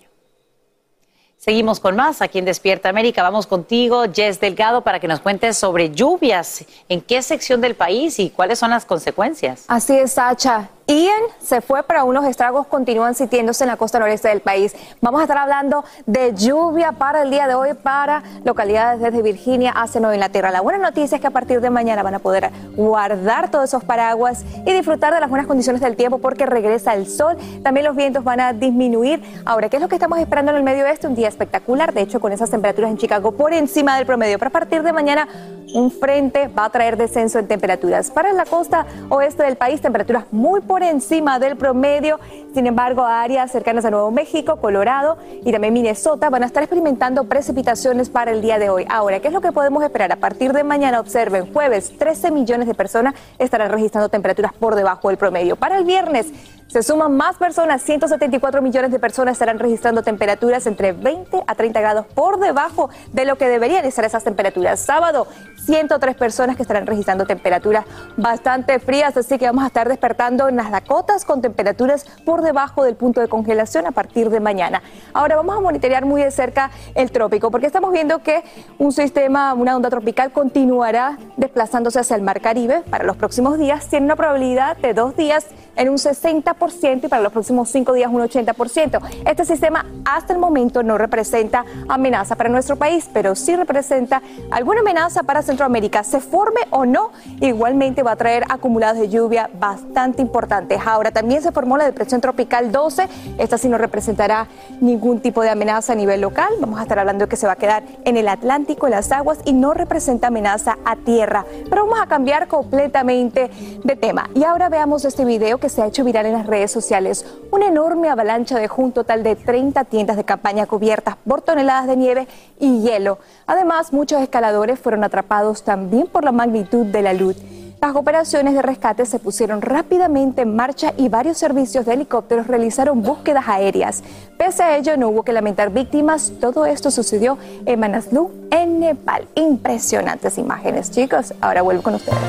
Seguimos con más aquí en Despierta América. Vamos contigo, Jess Delgado, para que nos cuentes sobre lluvias, en qué sección del país y cuáles son las consecuencias. Así es, Sacha. Ian se fue, pero aún los estragos continúan sintiéndose en la costa noreste del país. Vamos a estar hablando de lluvia para el día de hoy para localidades desde Virginia hacia Nueva Inglaterra. La buena noticia es que a partir de mañana van a poder guardar todos esos paraguas y disfrutar de las buenas condiciones del tiempo porque regresa el sol. También los vientos van a disminuir. Ahora, ¿qué es lo que estamos esperando en el medio oeste? Un día espectacular, de hecho, con esas temperaturas en Chicago por encima del promedio. Pero a partir de mañana, un frente va a traer descenso en temperaturas. Para la costa oeste del país, temperaturas muy por encima del promedio. Sin embargo, áreas cercanas a Nuevo México, Colorado y también Minnesota van a estar experimentando precipitaciones para el día de hoy. Ahora, ¿qué es lo que podemos esperar? A partir de mañana, observen, jueves, trece millones de personas estarán registrando temperaturas por debajo del promedio. Para el viernes, se suman más personas, ciento setenta y cuatro millones de personas estarán registrando temperaturas entre veinte a treinta grados por debajo de lo que deberían estar esas temperaturas. Sábado, ciento tres personas que estarán registrando temperaturas bastante frías, así que vamos a estar despertando en las Dakotas con temperaturas por debajo del punto de congelación a partir de mañana. Ahora vamos a monitorear muy de cerca el trópico, porque estamos viendo que un sistema, una onda tropical continuará desplazándose hacia el Mar Caribe para los próximos días. Tiene una probabilidad de dos días en un sesenta por ciento y para los próximos cinco días un ochenta por ciento. Este sistema hasta el momento no representa amenaza para nuestro país, pero sí representa alguna amenaza para Centroamérica. Se forme o no, igualmente va a traer acumulados de lluvia bastante importantes. Ahora también se formó la depresión tropical doce, esta sí no representará ningún tipo de amenaza a nivel local. Vamos a estar hablando de que se va a quedar en el Atlántico, en las aguas, y no representa amenaza a tierra. Pero vamos a cambiar completamente de tema. Y ahora veamos este video que se ha hecho viral en las redes sociales. Una enorme avalancha dejó un total de treinta tiendas de campaña cubiertas por toneladas de nieve y hielo. Además, muchos escaladores fueron atrapados también por la magnitud de la luz. Las operaciones de rescate se pusieron rápidamente en marcha y varios servicios de helicópteros realizaron búsquedas aéreas. Pese a ello, no hubo que lamentar víctimas. Todo esto sucedió en Manaslu, en Nepal. Impresionantes imágenes, chicos. Ahora vuelvo con ustedes.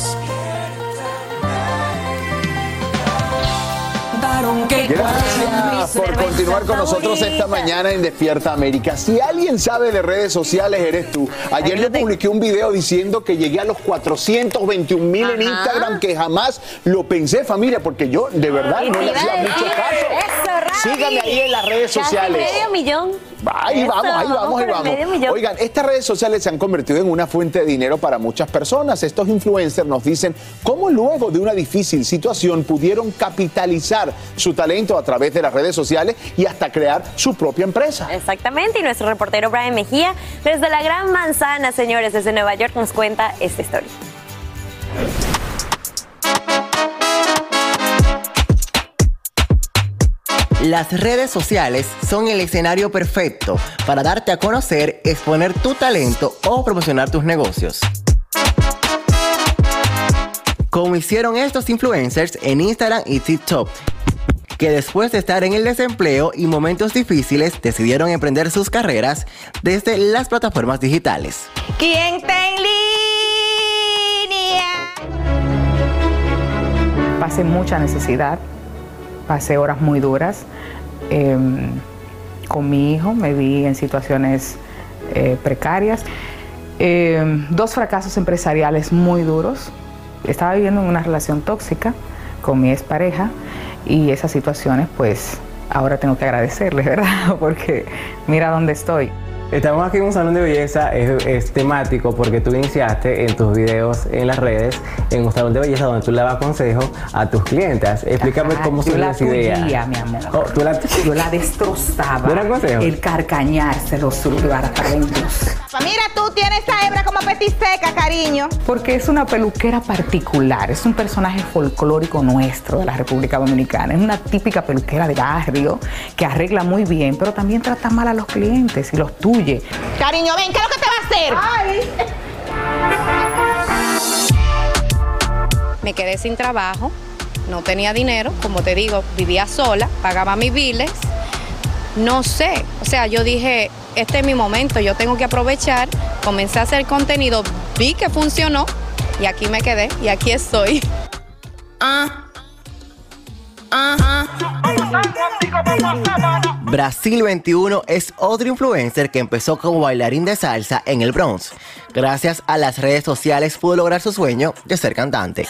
Gracias por continuar con nosotros esta mañana en Despierta América. Si alguien sabe de redes sociales, eres tú. Ayer yo publiqué un video diciendo que llegué a los cuatrocientos veintiún mil en Instagram, que jamás lo pensé, familia, porque yo de verdad no le hacía mucho caso. Síganme ahí en las redes sociales. Medio millón. Ahí vamos, ahí vamos, ahí vamos. Oigan, estas redes sociales se han convertido en una fuente de dinero para muchas personas. Estos influencers nos dicen cómo luego de una difícil situación pudieron capitalizar su talento a través de las redes sociales y hasta crear su propia empresa. Exactamente, y nuestro reportero Brian Mejía, desde la Gran Manzana, señores, desde Nueva York, nos cuenta esta historia. Las redes sociales son el escenario perfecto para darte a conocer, exponer tu talento o promocionar tus negocios. Como hicieron estos influencers en Instagram y TikTok, que después de estar en el desempleo y momentos difíciles decidieron emprender sus carreras desde las plataformas digitales. ¿Quién está en línea? Pasé mucha necesidad, pasé horas muy duras. Eh, con mi hijo me vi en situaciones eh, precarias. Eh, dos fracasos empresariales muy duros. Estaba viviendo en una relación tóxica con mi expareja y esas situaciones, pues, ahora tengo que agradecerles, ¿verdad? Porque mira dónde estoy. Estamos aquí en un salón de belleza, es, es temático porque tú iniciaste en tus videos en las redes, en un salón de belleza donde tú le dabas consejos a tus clientas. Explícame Ajá, cómo son las ideas. Yo la mi amor. Oh, la... Yo la destrozaba. ¿No eran consejos? El carcañarse los para talentos. pasa? Mira, tú tienes esta hebra como petiseca, cariño. Porque es una peluquera particular, es un personaje folclórico nuestro de la República Dominicana. Es una típica peluquera de barrio que arregla muy bien, pero también trata mal a los clientes y los tuye. Cariño, ven, ¿qué es lo que te va a hacer? Ay. Me quedé sin trabajo, no tenía dinero, como te digo, vivía sola, pagaba mis biles. No sé, o sea, yo dije, este es mi momento, yo tengo que aprovechar, comencé a hacer contenido, vi que funcionó y aquí me quedé y aquí estoy. Ah. Brasil veintiuno es otro influencer que empezó como bailarín de salsa en el Bronx. Gracias a las redes sociales pudo lograr su sueño de ser cantante.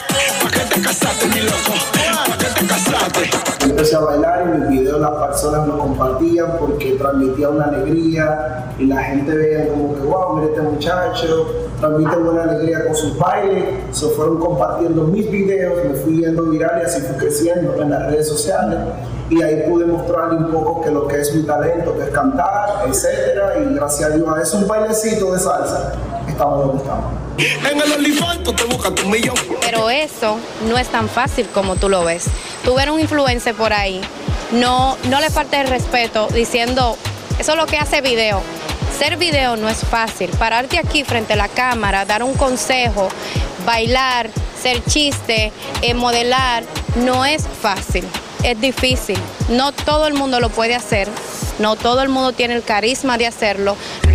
Empecé a bailar y en mis videos las personas lo compartían porque transmitía una alegría y la gente veía como que wow, mira este muchacho, transmite buena alegría con sus bailes. Se fueron compartiendo mis videos, me fui yendo viral y así fui creciendo en las redes sociales y ahí pude mostrarle un poco que lo que es mi talento, que es cantar, etcétera, y gracias a Dios a eso un bailecito de salsa estamos donde estamos. En el olifanto te buscan tu millón. Pero eso no es tan fácil como tú lo ves. Tú ver un influencer por ahí, no, no le falta el respeto diciendo, eso es lo que hace video. Ser video no es fácil. Pararte aquí frente a la cámara, dar un consejo, bailar, ser chiste, eh, modelar, no es fácil. Es difícil. No todo el mundo lo puede hacer. No todo el mundo tiene el carisma de hacerlo.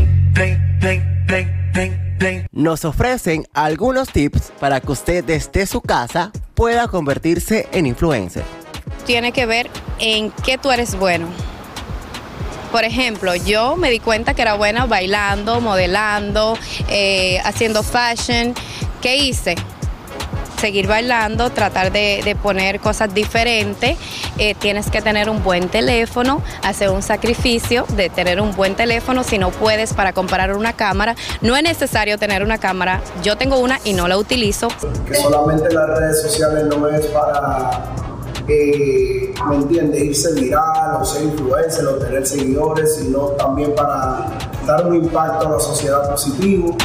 Nos ofrecen algunos tips para que usted desde su casa pueda convertirse en influencer. Tiene que ver en qué tú eres bueno. Por ejemplo, yo me di cuenta que era buena bailando, modelando, eh, haciendo fashion. ¿Qué hice? Seguir bailando, tratar de, de poner cosas diferentes. Eh, tienes que tener un buen teléfono, hacer un sacrificio de tener un buen teléfono. Si no puedes, para comprar una cámara, no es necesario tener una cámara. Yo tengo una y no la utilizo. Que solamente las redes sociales no es para, eh, ¿me entiendes?, irse viral o ser influencer o tener seguidores, sino también para dar un impacto a la sociedad positivo.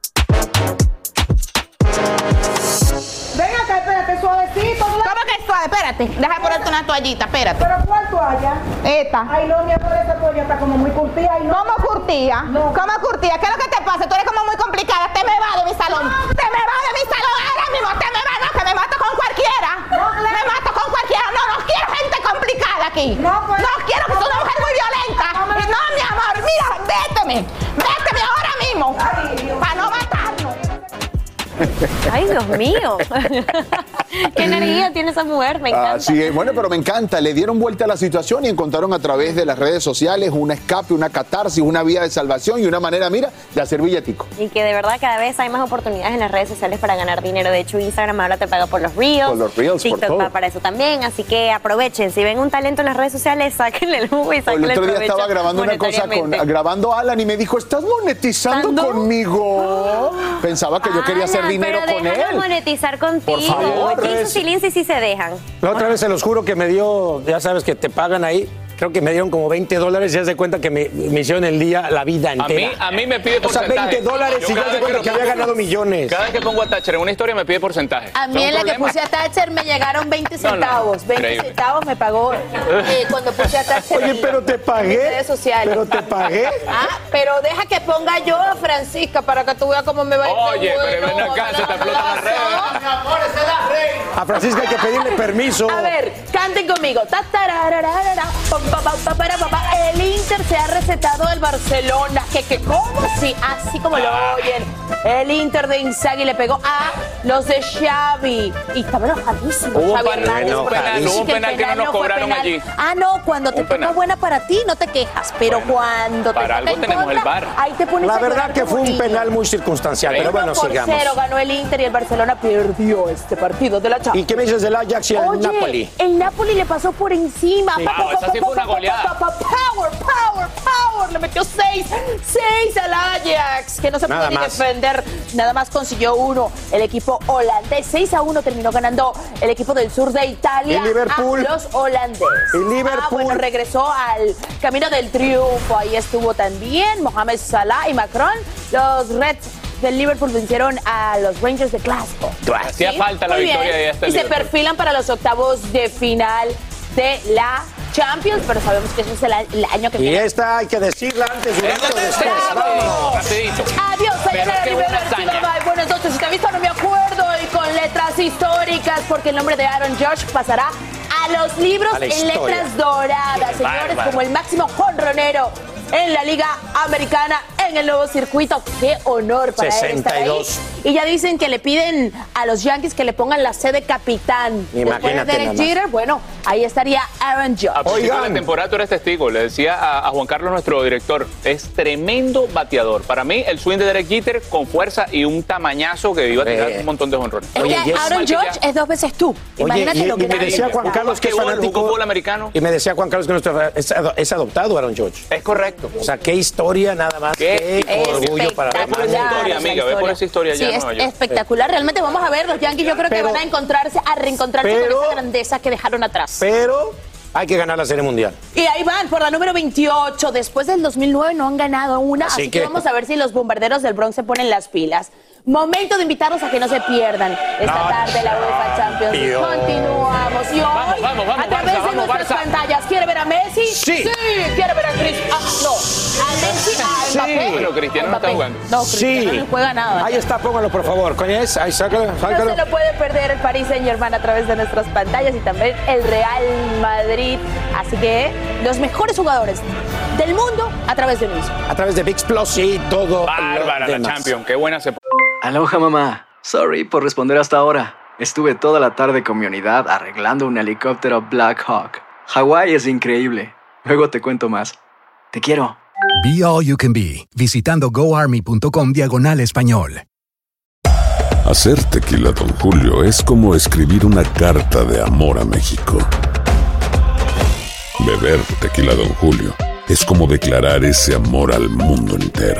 Suavecito, ¿cómo que suave? Espérate, deja ponerte una toallita, espérate. ¿Pero cuál toalla? Esta. Ay, no, mi amor, esa toalla está como muy curtida. No. ¿Cómo curtida? No. ¿Cómo curtida? ¿Qué es lo que te pasa? Tú eres como muy complicada. Te me va de mi salón. No. Te me va de mi salón ahora mismo. Te me va, no, que me mato con cualquiera. No, claro. Me mato con cualquiera. No, no quiero gente complicada aquí. No, pues, no quiero que no, sea una mujer muy violenta. No, no, no, mi amor, mira, véteme. Véteme ahora mismo. Para no matarnos. Ay, Dios mío. Qué energía tiene esa mujer, me encanta. Así es, bueno, pero me encanta. Le dieron vuelta a la situación y encontraron a través de las redes sociales un escape, una catarsis, una vía de salvación y una manera, mira, de hacer billetico. Y que de verdad cada vez hay más oportunidades en las redes sociales para ganar dinero. De hecho, Instagram ahora te paga por los Reels. Por los Reels, TikTok por todo. va para eso también. Así que aprovechen. Si ven un talento en las redes sociales, sáquenle el jugo y sáquenle el provecho. El otro día provecho estaba grabando una cosa con, grabando a Alan y me dijo, ¿estás monetizando ¿Sando? conmigo? Oh. Pensaba que yo quería Alan, hacer dinero pero con él. monetizar contigo. Por favor. Lindsay y Lindsay sí se dejan. La otra vez se los juro que me dio, ya sabes que te pagan ahí, creo que me dieron como veinte dólares y ya se cuenta que me, me hicieron el día, la vida entera. A mí, a mí me pide porcentaje. O sea, veinte dólares y ya se cuenta que había ganado millones. Cada vez que pongo a Thatcher en una historia me pide porcentaje. A mí en la que puse a Thatcher me llegaron veinte centavos. No, no, veinte centavos me pagó eh, cuando puse a Thatcher. Oye, pero te pagué. En redes sociales. Pero te pagué. Ah, pero deja que ponga yo a Francisca para que tú veas cómo me va a ir. Oye, pero ven acá, se te explotan las redes. Mi amor, esa es la reina. A Francisca hay que pedirle permiso. A ver, canten conmigo. El Inter se ha recetado del Barcelona. ¿Qué, qué, cómo? Sí, así como lo oyen. El Inter de Inzaghi le pegó a los de Xavi. Y estaba enojadísimo. Hubo Xavi un penal, hubo un penal, hubo un penal que no nos cobraron allí. Ah, no, cuando te toca buena para ti no te quejas. Pero bueno, cuando te para toca algo tenemos contra, el V A R. Ahí te pones La a verdad que fue un penal muy circunstancial. Pero bueno, por sigamos. cero ganó el Inter y el Barcelona perdió este partido de la Champions. ¿Y qué me dices del Ajax y el Oye, Napoli? El Napoli le pasó por encima. Sí, wow, esa sí fue una goleada. Power, power, Howard le metió seis, seis al Ajax, que no se pudo ni defender. Nada más consiguió uno. El equipo holandés, seis a uno terminó ganando el equipo del sur de Italia. ¿Y Liverpool? A los holandeses. ¿Y Liverpool? Ah, bueno, regresó al camino del triunfo. Ahí estuvo también Mohamed Salah y Macron. Los Reds del Liverpool vencieron a los Rangers de Glasgow. Hacía ¿Sí? falta la Muy victoria bien. de este Y se Liverpool. perfilan para los octavos de final de la Champions, pero sabemos que eso es el, a- el año que Y viene. esta hay que decirla antes y Esta después. Rapidito, rapidito. Adiós, Pero señora qué Rivera. buena hazaña. Bye. Buenas noches. Si te he visto, no me acuerdo. Y con letras históricas, porque el nombre de Aaron Judge pasará a los libros A la en historia. letras doradas, Qué señores, bárbaro. como el máximo jonronero en la Liga Americana, en el nuevo circuito. Qué honor para él estar ahí. sesenta y dos. Y ya dicen que le piden a los Yankees que le pongan la C de capitán. Después de Imagínate Derek nada más. Jeter, bueno, ahí estaría Aaron Judge. A principio de la temporada tú eres testigo. Le decía a, a Juan Carlos, nuestro director, es tremendo bateador. Para mí, el swing de Derek Jeter con fuerza y un tamañazo que iba a tirar un montón de jonrones. Es que Aaron Judge es dos veces tú. Imagínate Oye, y, lo que y me nadie decía piensa. Juan Carlos que es Jugó fanático. fútbol americano. Y me decía Juan Carlos que nuestro, es, ado- es adoptado Aaron Judge. Es correcto. O sea, qué historia nada más. Qué Qué orgullo para Ve por esa historia, amiga. Ve por esa historia Sí, allá en es Nueva York. espectacular. Realmente vamos a ver, los Yankees yo creo que Pero- van a encontrarse, a reencontrarse pero- con esa grandeza que dejaron atrás. Pero hay que ganar la Serie Mundial. Y ahí van por la número veintiocho. Después del dos mil nueve no han ganado una, Así así, que... que- vamos a ver si los bombarderos del Bronx se ponen las pilas. Momento de invitarlos a que no se pierdan esta No, tarde la UEFA Champions League. Dios. Continuamos. Y hoy, Vamos, vamos, vamos, a través Barça, de vamos, nuestras Barça. pantallas, ¿quiere ver a Messi? Sí. ¿Quiere ver a Cristiano? Ah, no. A Messi, a Sí. Mbappé. Pero Cristiano a no está Mbappé. jugando. No, Cristiano Sí. no juega nada. Ahí está, póngalo por favor. Coñez, ahí sácalo, No sácalo. se lo puede perder el Paris Saint-Germain a través de nuestras pantallas y también el Real Madrid. Así que los mejores jugadores del mundo a través de mismo. A través de ViX Plus y todo. Bárbara lo la demás. Champions. Qué buena se Aloha, mamá. Sorry por responder hasta ahora. Estuve toda la tarde con mi unidad arreglando un helicóptero Black Hawk. Hawái es increíble. Luego te cuento más. Te quiero. Be All You Can Be, visitando goarmy.com diagonal español. Hacer tequila Don Julio es como escribir una carta de amor a México. Beber tequila Don Julio es como declarar ese amor al mundo entero.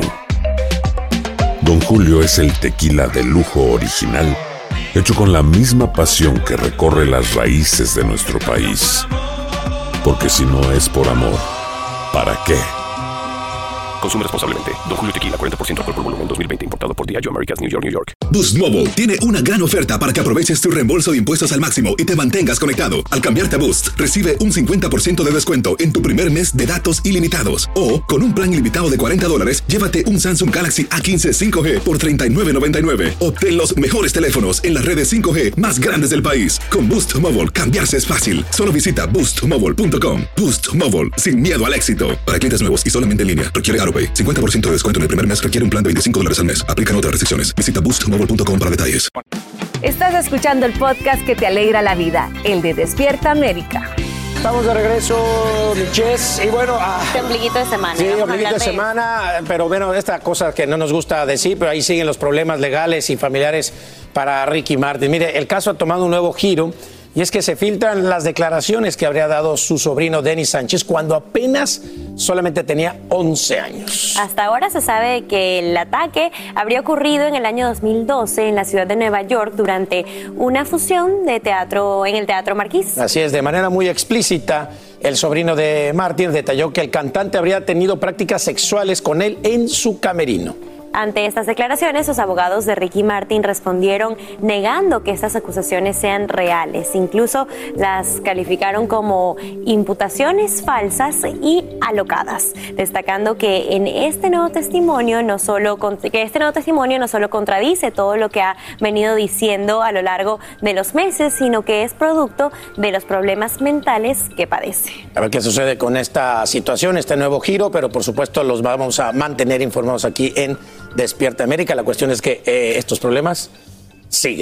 Don Julio es el tequila de lujo original, hecho con la misma pasión que recorre las raíces de nuestro país. Porque si no es por amor, ¿para qué? Consume responsablemente. Don Julio Tequila, cuarenta por ciento alcohol por volumen, dos mil veinte. Importado por Diageo Americas, New York, New York. Boost Mobile tiene una gran oferta para que aproveches tu reembolso de impuestos al máximo y te mantengas conectado. Al cambiarte a Boost, recibe un cincuenta por ciento de descuento en tu primer mes de datos ilimitados. O, con un plan ilimitado de cuarenta dólares, llévate un Samsung Galaxy A quince cinco G por treinta y nueve noventa y nueve. Obtén los mejores teléfonos en las redes cinco G más grandes del país. Con Boost Mobile, cambiarse es fácil. Solo visita boost mobile punto com. Boost Mobile, sin miedo al éxito. Para clientes nuevos y solamente en línea, requiere AutoPay. cincuenta por ciento de descuento en el primer mes requiere un plan de veinticinco dólares al mes. Aplican otras restricciones. Visita boost mobile punto com para detalles. Estás escuchando el podcast que te alegra la vida, el de Despierta América. Estamos de regreso, Miches. Y bueno, ah, Este ombliguito de semana. sí, Vamos a ombliguito de hablar de- semana, pero bueno, esta cosa que no nos gusta decir, pero ahí siguen los problemas legales y familiares para Ricky Martin. Mire, el caso ha tomado un nuevo giro y es que se filtran las declaraciones que habría dado su sobrino Denis Sánchez cuando apenas solamente tenía once años. Hasta ahora se sabe que el ataque habría ocurrido en el año dos mil doce en la ciudad de Nueva York durante una fusión de teatro en el Teatro Marquis. Así es, de manera muy explícita, el sobrino de Martin detalló que el cantante habría tenido prácticas sexuales con él en su camerino. Ante estas declaraciones, los abogados de Ricky Martin respondieron negando que estas acusaciones sean reales. Incluso las calificaron como imputaciones falsas y alocadas, destacando que en este nuevo testimonio no solo que este nuevo testimonio no solo contradice todo lo que ha venido diciendo a lo largo de los meses, sino que es producto de los problemas mentales que padece. A ver qué sucede con esta situación, este nuevo giro, pero por supuesto los vamos a mantener informados aquí en Despierta América. La cuestión es que eh, estos problemas siguen.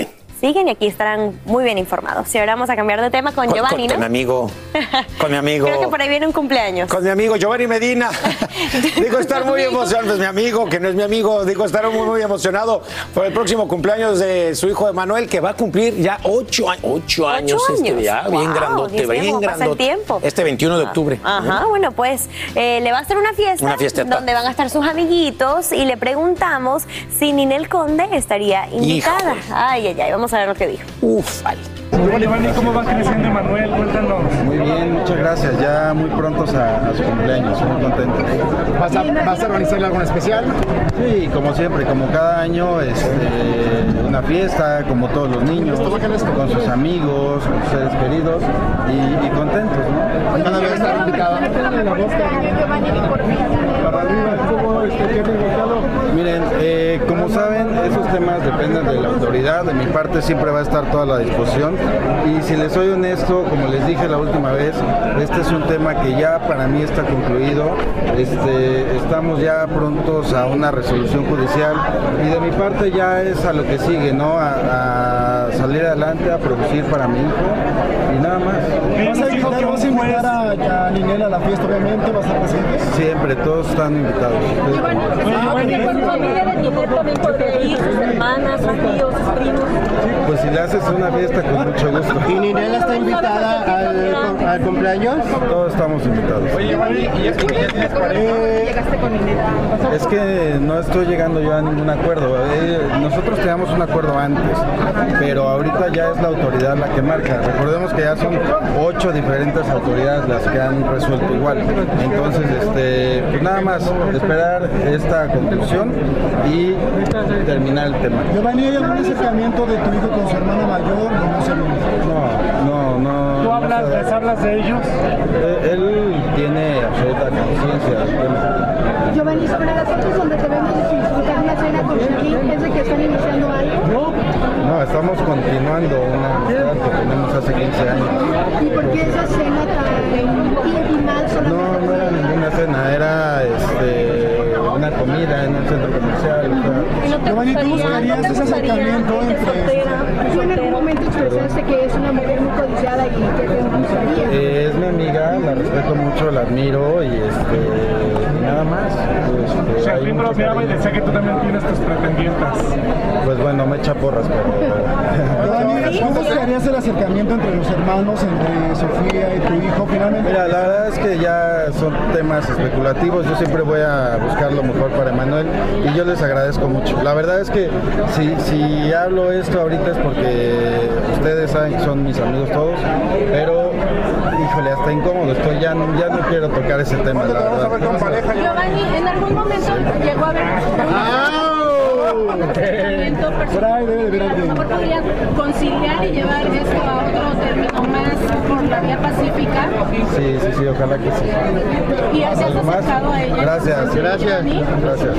investiguen y aquí estarán muy bien informados. Y ahora vamos a cambiar de tema con, con Giovanni, con, ¿no? Con mi amigo, con mi amigo. Creo que por ahí viene un cumpleaños. Con mi amigo Giovanni Medina. Digo estar muy emocionado, pues mi amigo, que no es mi amigo, digo estar muy, muy emocionado por el próximo cumpleaños de su hijo Emanuel, que va a cumplir ya ocho, ocho, ocho años, años este día, wow, bien grandote, bien grandote. Tiempo. Este veintiuno de octubre. Ajá, ¿eh? Bueno, pues eh, le va a hacer una fiesta, una fiesta donde van a estar sus amiguitos y le preguntamos si Ninel Conde estaría invitada. Híjole. Ay, ay, ay, vamos a ver lo que dijo. Uf, vale. Giovanni, ¿cómo va creciendo Emanuel? Cuéntanos. Muy bien, muchas gracias. Ya muy prontos a, a su cumpleaños, muy contentos. ¿Vas a, ¿Vas a organizarle algo especial? Sí, como siempre, como cada año, este, una fiesta, como todos los niños, con sus amigos, con sus seres queridos y, y contentos, ¿no? ¿Cada vez está invitada? Miren, eh, como saben, esos temas dependen de la autoridad. De mi parte siempre va a estar toda la disposición. Y si les soy honesto, como les dije la última vez, este es un tema que ya para mí está concluido. Este, estamos ya prontos a una resolución judicial y de mi parte ya es a lo que sigue, ¿no? A, a salir adelante, a producir para mi hijo y nada más. ¿Vas a invitar, vas a, invitar a, a Ninel a la fiesta, obviamente? ¿Vas a estar presente? Siempre, todos están invitados. ¿Familia de Ninel también podría ir? ¿Sus hermanas, sus tíos, sus primos? Pues si le haces una fiesta, con mucho gusto. ¿Y Ninel está invitada al, al cumpleaños? Todos estamos invitados. Oye, Giovanni, ¿y es que ya tienes pareja? ¿Llegaste con Ninel? Es que no estoy llegando yo a ningún acuerdo. Eh, nosotros teníamos un acuerdo antes, pero ahorita ya es la autoridad la que marca. Recordemos que ya son ocho diferentes autoridades las que han resuelto igual. Entonces, este, pues nada más esperar esta conclusión y terminar el tema. Giovanni, ¿hay algún acercamiento de tu hijo con su hermana mayor? No, sé. no, no, no. ¿Tú hablas, no les hablas de ellos? Él, él tiene absoluta conciencia del tema. Giovanni, sobre las fotos donde te vemos disfrutar una cena con Shaquille, ¿es de que están iniciando algo? No, estamos continuando una amistad que tenemos hace quince años. ¿Y por qué esa cena tan íntima? No, no era ninguna cena, era este, una comida en un centro comercial. O sea. Giovanni, ¿tú buscarías ese acercamiento entre...? ¿Tú en algún momento expresaste que es una mujer muy codiciada y que te gustaría? Eh, es mi amiga, la respeto mucho, la admiro y este, nada más. Este, Shaquille bromeaba y decía que tú también tienes tus pretendientes. Pues bueno, me echa porras, pero... Giovanni, ¿cómo buscarías el acercamiento entre los hermanos, entre Sofía y tu hijo finalmente? Mira, la verdad es que ya son temas especulativos. Yo siempre voy a buscar lo mejor para Emanuel y yo les agradezco mucho. La verdad es que si, si hablo esto ahorita es porque ustedes saben que son mis amigos todos, pero híjole, hasta incómodo estoy, ya no, ya no quiero tocar ese tema, la verdad. Giovanni, ¿en algún momento llegó a haber acercamiento personal? ¿A lo mejor podrían conciliar y llevar esto a otro término más por la vía pacífica? Sí, sí, sí, ojalá que sí. ¿Y has acercado a ella? Gracias, gracias. Gracias.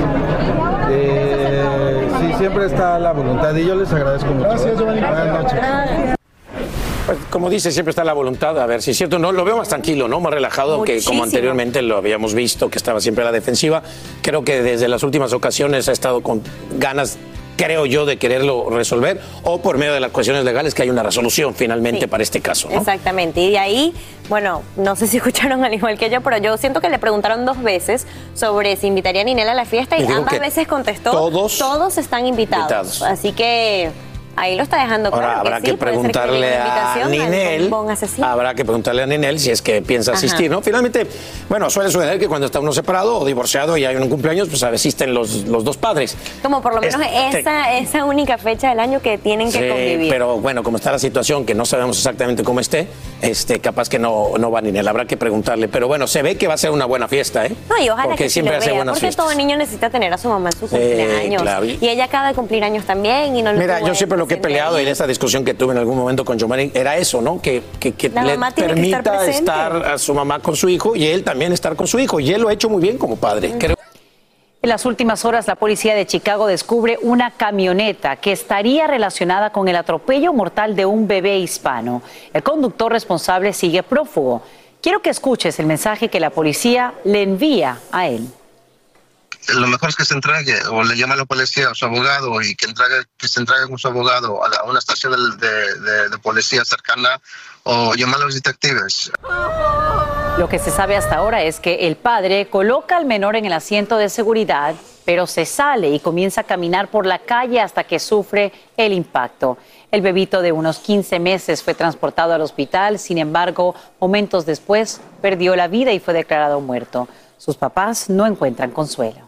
Eh, sí, siempre está la voluntad y yo les agradezco mucho. Gracias, Giovanni. Buenas noches. Pues, como dice, siempre está la voluntad, a ver si es cierto, no, lo veo más tranquilo, ¿no? Más relajado, que como anteriormente lo habíamos visto, que estaba siempre a la defensiva. Creo que desde las últimas ocasiones ha estado con ganas, creo yo, de quererlo resolver, o por medio de las cuestiones legales que hay una resolución finalmente sí. para este caso, ¿no? Exactamente, y de ahí, bueno, no sé si escucharon al igual que yo, pero yo siento que le preguntaron dos veces sobre si invitaría a Ninel a la fiesta y, y ambas veces contestó, todos, todos están invitados. invitados. Así que... ahí lo está dejando claro. Ahora habrá que, que sí, preguntarle a Ninel, habrá que preguntarle a Ninel si es que piensa asistir, Ajá. ¿no? Finalmente, bueno, suele suceder que cuando está uno separado o divorciado y hay un cumpleaños, pues asisten los, los dos padres. Como por lo menos este, esa, esa única fecha del año que tienen que sí, convivir. Pero bueno, como está la situación, que no sabemos exactamente cómo esté, este, capaz que no, no va Ninel, habrá que preguntarle. Pero bueno, se ve que va a ser una buena fiesta, ¿eh? No, y ojalá porque que siempre sí hace vea, buenas porque fiestas. todo niño necesita tener a su mamá en su cumpleaños. Sí, claro. Y ella acaba de cumplir años también y no lo Mira, yo siempre lo que he peleado en esta discusión que tuve en algún momento con Giovanni era eso, ¿no? Que, que, que le permita estar, estar a su mamá con su hijo y él también estar con su hijo. Y él lo ha hecho muy bien como padre. Creo. En las últimas horas, la policía de Chicago descubre una camioneta que estaría relacionada con el atropello mortal de un bebé hispano. El conductor responsable sigue prófugo. Quiero que escuches el mensaje que la policía le envía a él. lo mejor es que se entregue o le llame a la policía a su abogado y que, entregue, que se entregue con su abogado a, la, a una estación de, de, de, de policía cercana o llamar a los detectives. Lo que se sabe hasta ahora es que el padre coloca al menor en el asiento de seguridad, pero se sale y comienza a caminar por la calle hasta que sufre el impacto. El bebito de unos quince meses fue transportado al hospital, sin embargo, momentos después perdió la vida y fue declarado muerto. Sus papás no encuentran consuelo.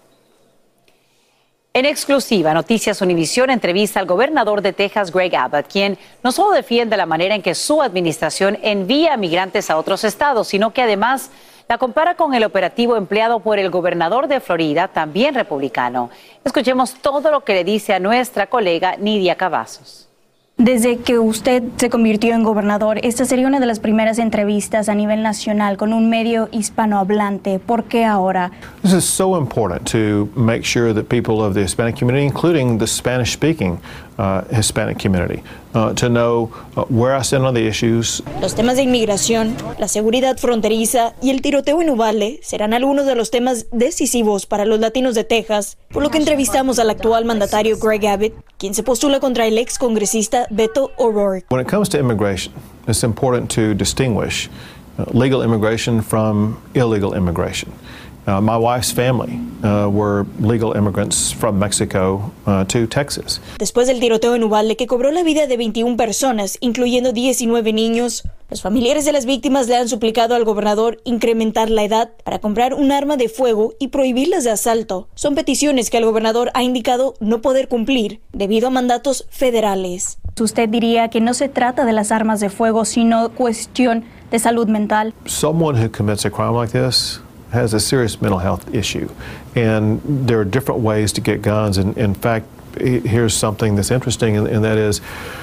En exclusiva, Noticias Univisión entrevista al gobernador de Texas, Greg Abbott, quien no solo defiende la manera en que su administración envía migrantes a otros estados, sino que además la compara con el operativo empleado por el gobernador de Florida, también republicano. Escuchemos todo lo que le dice a nuestra colega Nidia Cavazos. Desde que usted se convirtió en gobernador, esta sería una de las primeras entrevistas a nivel nacional con un medio hispanohablante. ¿Por qué ahora? This is so important to make sure that people of the Hispanic community, including the Spanish-speaking uh, Hispanic community, uh, to know uh, where I stand on the issues. Los temas de inmigración, la seguridad fronteriza y el tiroteo en Uvalde serán algunos de los temas decisivos para los latinos de Texas, por lo que entrevistamos al actual mandatario Greg Abbott, quien se postula contra el ex congresista Beto O'Rourke. When it comes to immigration, it's important to distinguish uh, legal immigration from illegal immigration. Uh, my wife's family uh, were legal immigrants from Mexico uh, to Texas. Después del tiroteo en Uvalde que cobró la vida de veintiuna personas, incluyendo diecinueve niños, los familiares de las víctimas le han suplicado al gobernador incrementar la edad para comprar un arma de fuego y prohibirlas de asalto. Son peticiones que el gobernador ha indicado no poder cumplir debido a mandatos federales. ¿Usted diría que no se trata de las armas de fuego, sino cuestión de salud mental? Someone who commits a crime like this has a serious mental health issue, and there are different ways to get guns. And in fact, here's something that's interesting, and, and that is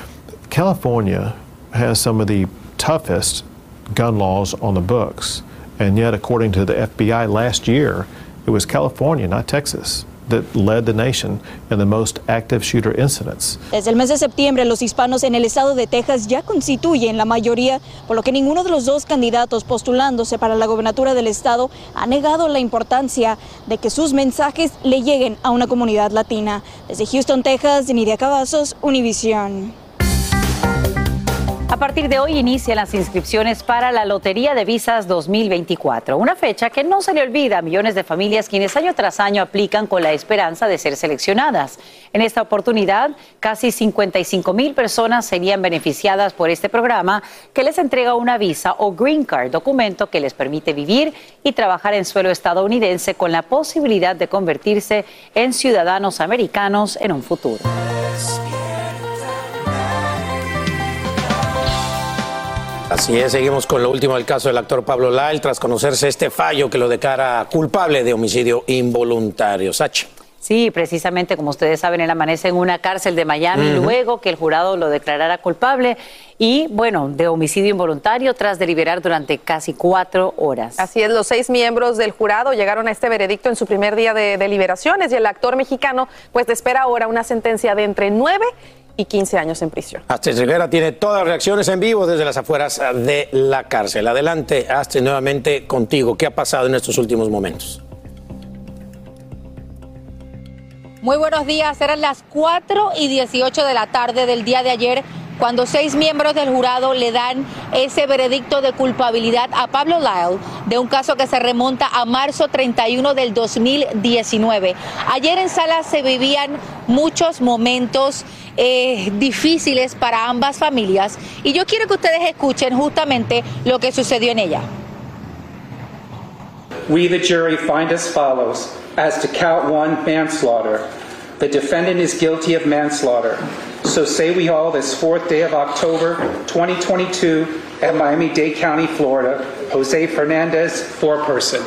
California has some of the toughest gun laws on the books, and yet according to the F B I last year, it was California, not Texas, that led the nation in the most active shooter incidents. Desde el mes de septiembre, los hispanos en el estado de Texas ya constituyen la mayoría, por lo que ninguno de los dos candidatos postulándose para la gobernatura del estado ha negado la importancia de que sus mensajes le lleguen a una comunidad latina. Desde Houston, Texas, Nidia Cavazos, Univisión. A partir de hoy inician las inscripciones para la Lotería de Visas dos mil veinticuatro, una fecha que no se le olvida a millones de familias quienes año tras año aplican con la esperanza de ser seleccionadas. En esta oportunidad, casi cincuenta y cinco mil personas serían beneficiadas por este programa que les entrega una visa o Green Card, documento que les permite vivir y trabajar en suelo estadounidense con la posibilidad de convertirse en ciudadanos americanos en un futuro. Así es, seguimos con lo último del caso del actor Pablo Lyle tras conocerse este fallo que lo declara culpable de homicidio involuntario. Sachi. Sí, precisamente como ustedes saben, él amanece en una cárcel de Miami uh-huh. luego que el jurado lo declarara culpable y, bueno, de homicidio involuntario tras deliberar durante casi cuatro horas. Así es, los seis miembros del jurado llegaron a este veredicto en su primer día de deliberaciones y el actor mexicano pues espera ahora una sentencia de entre nueve y quince años en prisión. Astrid Rivera tiene todas las reacciones en vivo desde las afueras de la cárcel. Adelante, Astrid, nuevamente contigo. ¿Qué ha pasado en estos últimos momentos? Muy buenos días. Eran las cuatro y dieciocho de la tarde del día de ayer cuando seis miembros del jurado le dan ese veredicto de culpabilidad a Pablo Lyle de un caso que se remonta a marzo treinta y uno del dos mil diecinueve. Ayer en sala se vivían muchos momentos eh, difíciles para ambas familias y yo quiero que ustedes escuchen justamente lo que sucedió en ella. We, the jury, find as follows. As to count one, manslaughter. The defendant is guilty of manslaughter. So say we all this fourth day of October, twenty twenty-two, at Miami-Dade County, Florida, Jose Fernandez, foreperson.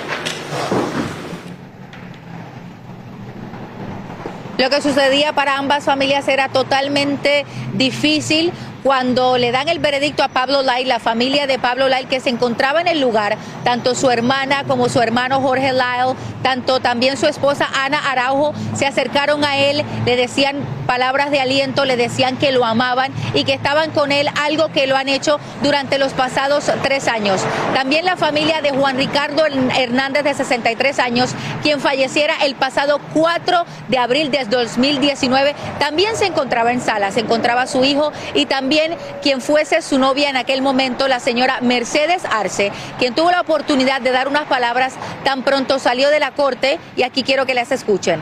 Lo que sucedía para ambas familias era totalmente difícil. Cuando le dan el veredicto a Pablo Lyle, la familia de Pablo Lyle que se encontraba en el lugar, tanto su hermana como su hermano Jorge Lyle, tanto también su esposa Ana Araujo, se acercaron a él, le decían palabras de aliento, le decían que lo amaban y que estaban con él, algo que lo han hecho durante los pasados tres años. También la familia de Juan Ricardo Hernández, de sesenta y tres años, quien falleciera el pasado cuatro de abril de dos mil diecinueve, también se encontraba en sala, se encontraba su hijo y también quien fuese su novia en aquel momento, la señora Mercedes Arce, quien tuvo la oportunidad de dar unas palabras tan pronto salió de la corte, y aquí quiero que las escuchen.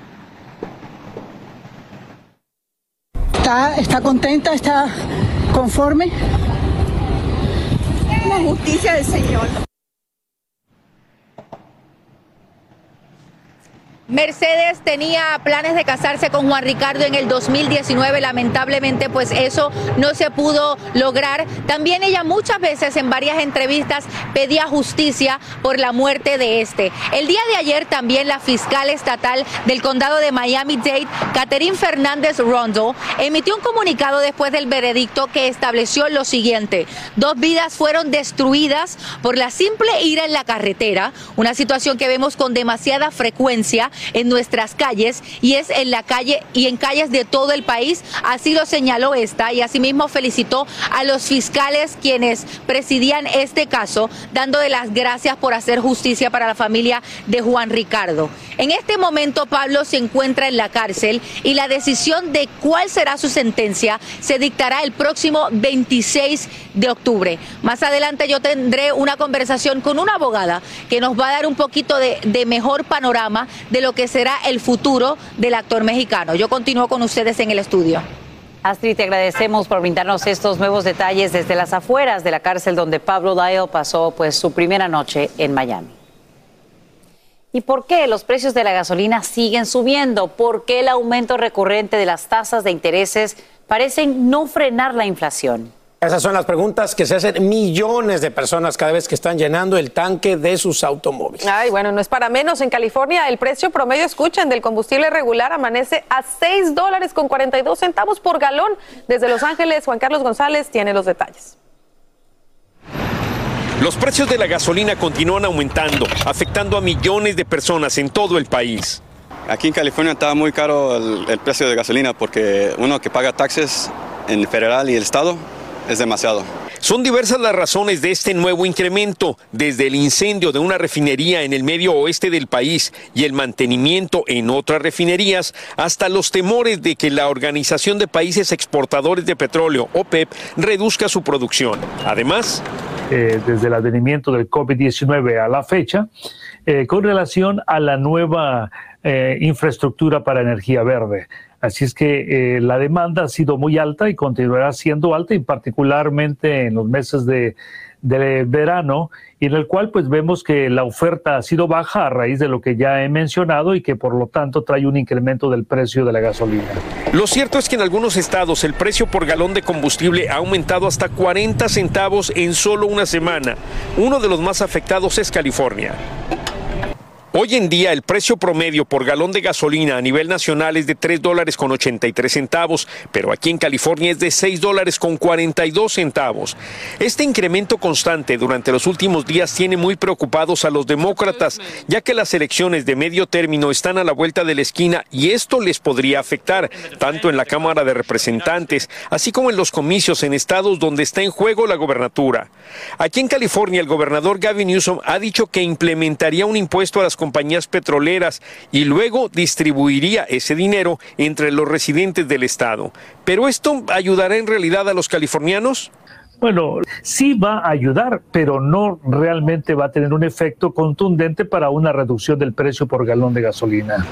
Está, está contenta, está conforme. La justicia del Señor. Mercedes tenía planes de casarse con Juan Ricardo en el dos mil diecinueve, lamentablemente pues eso no se pudo lograr. También ella muchas veces en varias entrevistas pedía justicia por la muerte de este. El día de ayer también la fiscal estatal del condado de Miami-Dade, Catherine Fernández Rondo, emitió un comunicado después del veredicto que estableció lo siguiente: dos vidas fueron destruidas por la simple ira en la carretera, una situación que vemos con demasiada frecuencia en nuestras calles, y es en la calle y en calles de todo el país. Así lo señaló esta, y asimismo felicitó a los fiscales quienes presidían este caso, dando de las gracias por hacer justicia para la familia de Juan Ricardo. En este momento Pablo se encuentra en la cárcel y la decisión de cuál será su sentencia se dictará el próximo veintiséis de octubre. Más adelante yo tendré una conversación con una abogada que nos va a dar un poquito de, de mejor panorama de lo que será el futuro del actor mexicano. Yo continúo con ustedes en el estudio. Astrid, te agradecemos por brindarnos estos nuevos detalles desde las afueras de la cárcel donde Pablo Lyle pasó pues su primera noche en Miami. ¿Y por qué los precios de la gasolina siguen subiendo? ¿Por qué el aumento recurrente de las tasas de intereses parecen no frenar la inflación? Esas son las preguntas que se hacen millones de personas cada vez que están llenando el tanque de sus automóviles. Ay, bueno, no es para menos. En California el precio promedio, escuchen, del combustible regular amanece a seis dólares con cuarenta y dos centavos por galón. Desde Los Ángeles, Juan Carlos González tiene los detalles. Los precios de la gasolina continúan aumentando, afectando a millones de personas en todo el país. Aquí en California está muy caro el, el precio de gasolina porque uno que paga taxes en el federal y el estado es demasiado. Son diversas las razones de este nuevo incremento, desde el incendio de una refinería en el medio oeste del país y el mantenimiento en otras refinerías, hasta los temores de que la Organización de Países Exportadores de Petróleo, OPEP, reduzca su producción. Además, eh, desde el advenimiento del COVID diecinueve a la fecha, eh, con relación a la nueva eh, infraestructura para energía verde. Así es que eh, la demanda ha sido muy alta y continuará siendo alta, y particularmente en los meses de, de verano, y en el cual pues vemos que la oferta ha sido baja a raíz de lo que ya he mencionado y que por lo tanto trae un incremento del precio de la gasolina. Lo cierto es que en algunos estados el precio por galón de combustible ha aumentado hasta cuarenta centavos en solo una semana. Uno de los más afectados es California. Hoy en día el precio promedio por galón de gasolina a nivel nacional es de tres dólares con ochenta y tres centavos, pero aquí en California es de seis dólares con cuarenta y dos centavos. Este incremento constante durante los últimos días tiene muy preocupados a los demócratas, ya que las elecciones de medio término están a la vuelta de la esquina y esto les podría afectar, tanto en la Cámara de Representantes, así como en los comicios en estados donde está en juego la gobernatura. Aquí en California el gobernador Gavin Newsom ha dicho que implementaría un impuesto a las compañías petroleras y luego distribuiría ese dinero entre los residentes del estado. ¿Pero esto ayudará en realidad a los californianos? Bueno, sí va a ayudar, pero no realmente va a tener un efecto contundente para una reducción del precio por galón de gasolina.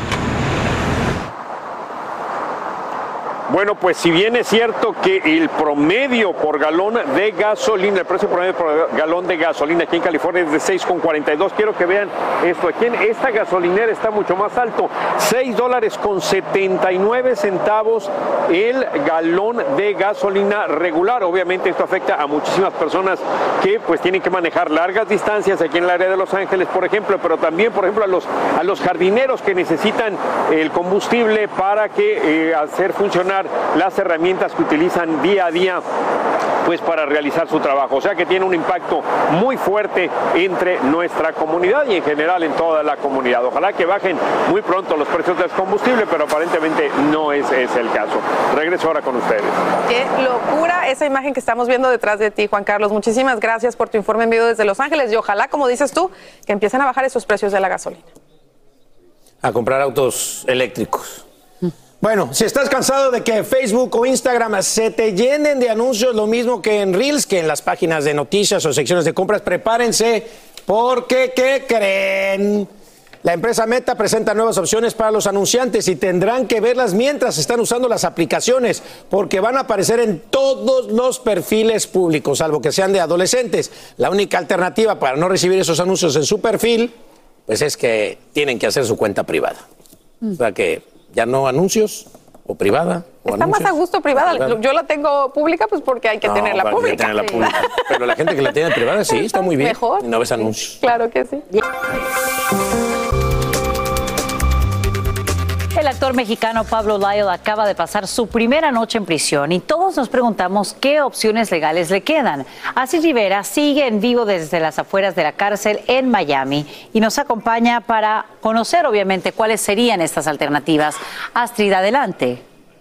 Bueno, pues si bien es cierto que el promedio por galón de gasolina, el precio promedio por galón de gasolina aquí en California es de seis con cuarenta y dos, quiero que vean esto, aquí en esta gasolinera está mucho más alto, seis dólares con setenta y nueve centavos el galón de gasolina regular. Obviamente esto afecta a muchísimas personas que pues tienen que manejar largas distancias aquí en el área de Los Ángeles, por ejemplo, pero también, por ejemplo, a los, a los jardineros que necesitan el combustible para que eh, hacer funcionar usar las herramientas que utilizan día a día pues para realizar su trabajo. O sea que tiene un impacto muy fuerte entre nuestra comunidad y en general en toda la comunidad. Ojalá que bajen muy pronto los precios del combustible, pero aparentemente no es, es el caso. Regreso ahora con ustedes. Qué locura esa imagen que estamos viendo detrás de ti, Juan Carlos. Muchísimas gracias por tu informe en vivo desde Los Ángeles y ojalá, como dices tú, que empiecen a bajar esos precios de la gasolina. A comprar autos eléctricos. Bueno, si estás cansado de que Facebook o Instagram se te llenen de anuncios, lo mismo que en Reels, que en las páginas de noticias o secciones de compras, prepárense porque, ¿qué creen? La empresa Meta presenta nuevas opciones para los anunciantes y tendrán que verlas mientras están usando las aplicaciones, porque van a aparecer en todos los perfiles públicos, salvo que sean de adolescentes. La única alternativa para no recibir esos anuncios en su perfil, pues es que tienen que hacer su cuenta privada. O sea que ya no anuncios o privada. O Está anuncios, más a gusto privada. privada. Yo la tengo pública pues porque hay que no, tenerla para pública. Que tenerla Sí. pública. Pero la gente que la tiene privada sí, está muy bien. Mejor. Y no ves anuncios. Claro que sí. El actor mexicano Pablo Lyle acaba de pasar su primera noche en prisión y todos nos preguntamos qué opciones legales le quedan. Astrid Rivera sigue en vivo desde las afueras de la cárcel en Miami y nos acompaña para conocer obviamente cuáles serían estas alternativas. Astrid, adelante.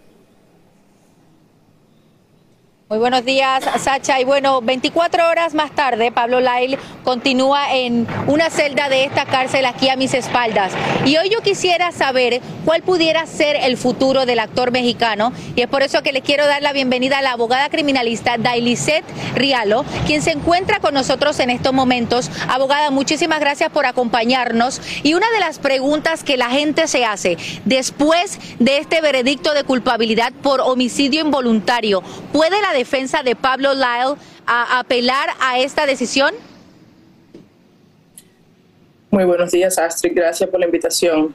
Muy buenos días, Sacha. Y bueno, veinticuatro horas más tarde, Pablo Lyle continúa en una celda de esta cárcel aquí a mis espaldas. Y hoy yo quisiera saber cuál pudiera ser el futuro del actor mexicano. Y es por eso que le quiero dar la bienvenida a la abogada criminalista Dailisette Rialo, quien se encuentra con nosotros en estos momentos. Abogada, muchísimas gracias por acompañarnos. Y una de las preguntas que la gente se hace después de este veredicto de culpabilidad por homicidio involuntario, ¿puede la defensa de Pablo Lyle a apelar a esta decisión? Muy buenos días, Astrid. Gracias por la invitación.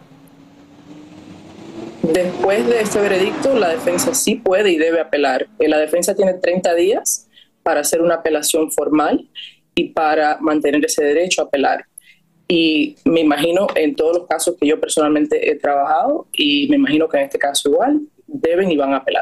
Después de este veredicto, la defensa sí puede y debe apelar. La defensa tiene treinta días para hacer una apelación formal y para mantener ese derecho a apelar. Y me imagino en todos los casos que yo personalmente he trabajado, y me imagino que en este caso igual, deben y van a apelar.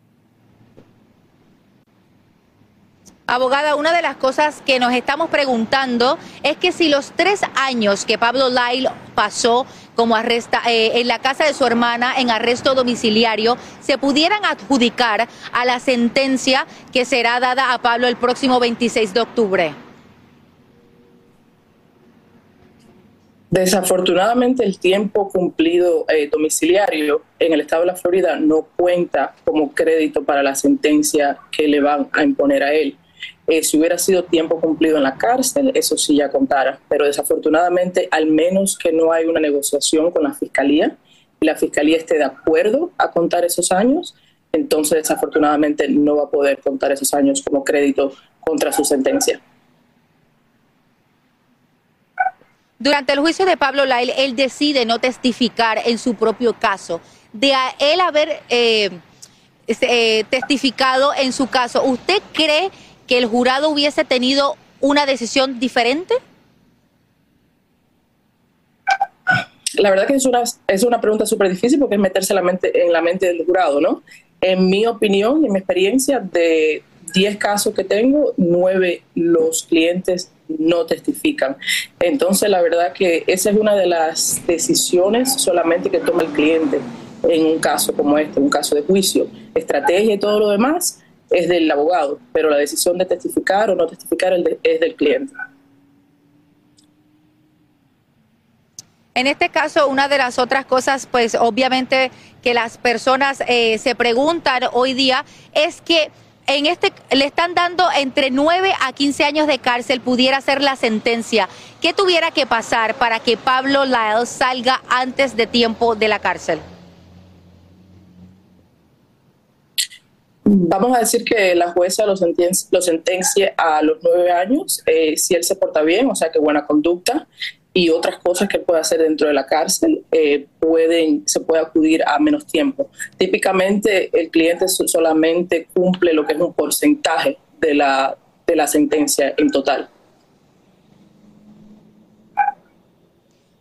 Abogada, una de las cosas que nos estamos preguntando es que si los tres años que Pablo Lyle pasó como arresta, eh, en la casa de su hermana en arresto domiciliario se pudieran adjudicar a la sentencia que será dada a Pablo el próximo veintiséis de octubre. Desafortunadamente, el tiempo cumplido eh, domiciliario en el estado de la Florida no cuenta como crédito para la sentencia que le van a imponer a él. Eh, si hubiera sido tiempo cumplido en la cárcel, eso sí ya contara. Pero desafortunadamente, al menos que no hay una negociación con la fiscalía y la fiscalía esté de acuerdo a contar esos años, entonces desafortunadamente no va a poder contar esos años como crédito contra su sentencia. Durante el juicio de Pablo Lyle, él decide no testificar en su propio caso. De a él haber eh, eh, testificado en su caso, ¿usted cree que el jurado hubiese tenido una decisión diferente? La verdad que es una, es una pregunta súper difícil porque es meterse la mente, en la mente del jurado, ¿no? En mi opinión y en mi experiencia, de diez casos que tengo, nueve los clientes no testifican. Entonces, la verdad que esa es una de las decisiones solamente que toma el cliente en un caso como este, un caso de juicio. Estrategia y todo lo demás es del abogado, pero la decisión de testificar o no testificar es del cliente. En este caso, una de las otras cosas, pues obviamente que las personas eh, se preguntan hoy día es que en este le están dando entre nueve a quince años de cárcel, pudiera ser la sentencia. ¿Qué tuviera que pasar para que Pablo Lyle salga antes de tiempo de la cárcel? Vamos a decir que la jueza lo sentencie, lo sentencie a los nueve años, eh, si él se porta bien, o sea que buena conducta, y otras cosas que puede hacer dentro de la cárcel, eh, pueden, se puede acudir a menos tiempo. Típicamente el cliente solamente cumple lo que es un porcentaje de la, de la sentencia en total.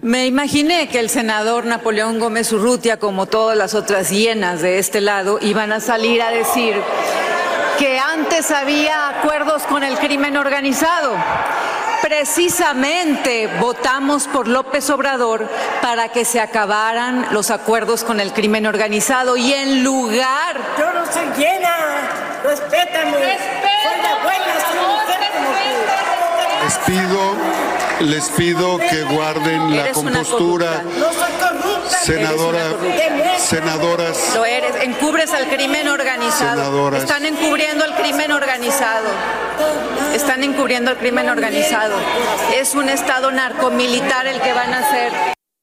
Me imaginé que el senador Napoleón Gómez Urrutia, como todas las otras hienas de este lado, iban a salir a decir que antes había acuerdos con el crimen organizado. Precisamente votamos por López Obrador para que se acabaran los acuerdos con el crimen organizado y en lugar... Yo no soy llena, respétame. Soy la buena, soy mujer como tú. Les pido, les pido que guarden la compostura. No soy corrupta. Senadora, senadoras. Lo eres, encubres al crimen organizado. Senadoras. Están encubriendo al crimen organizado. Están encubriendo al crimen organizado. Es un estado narcomilitar el que van a hacer.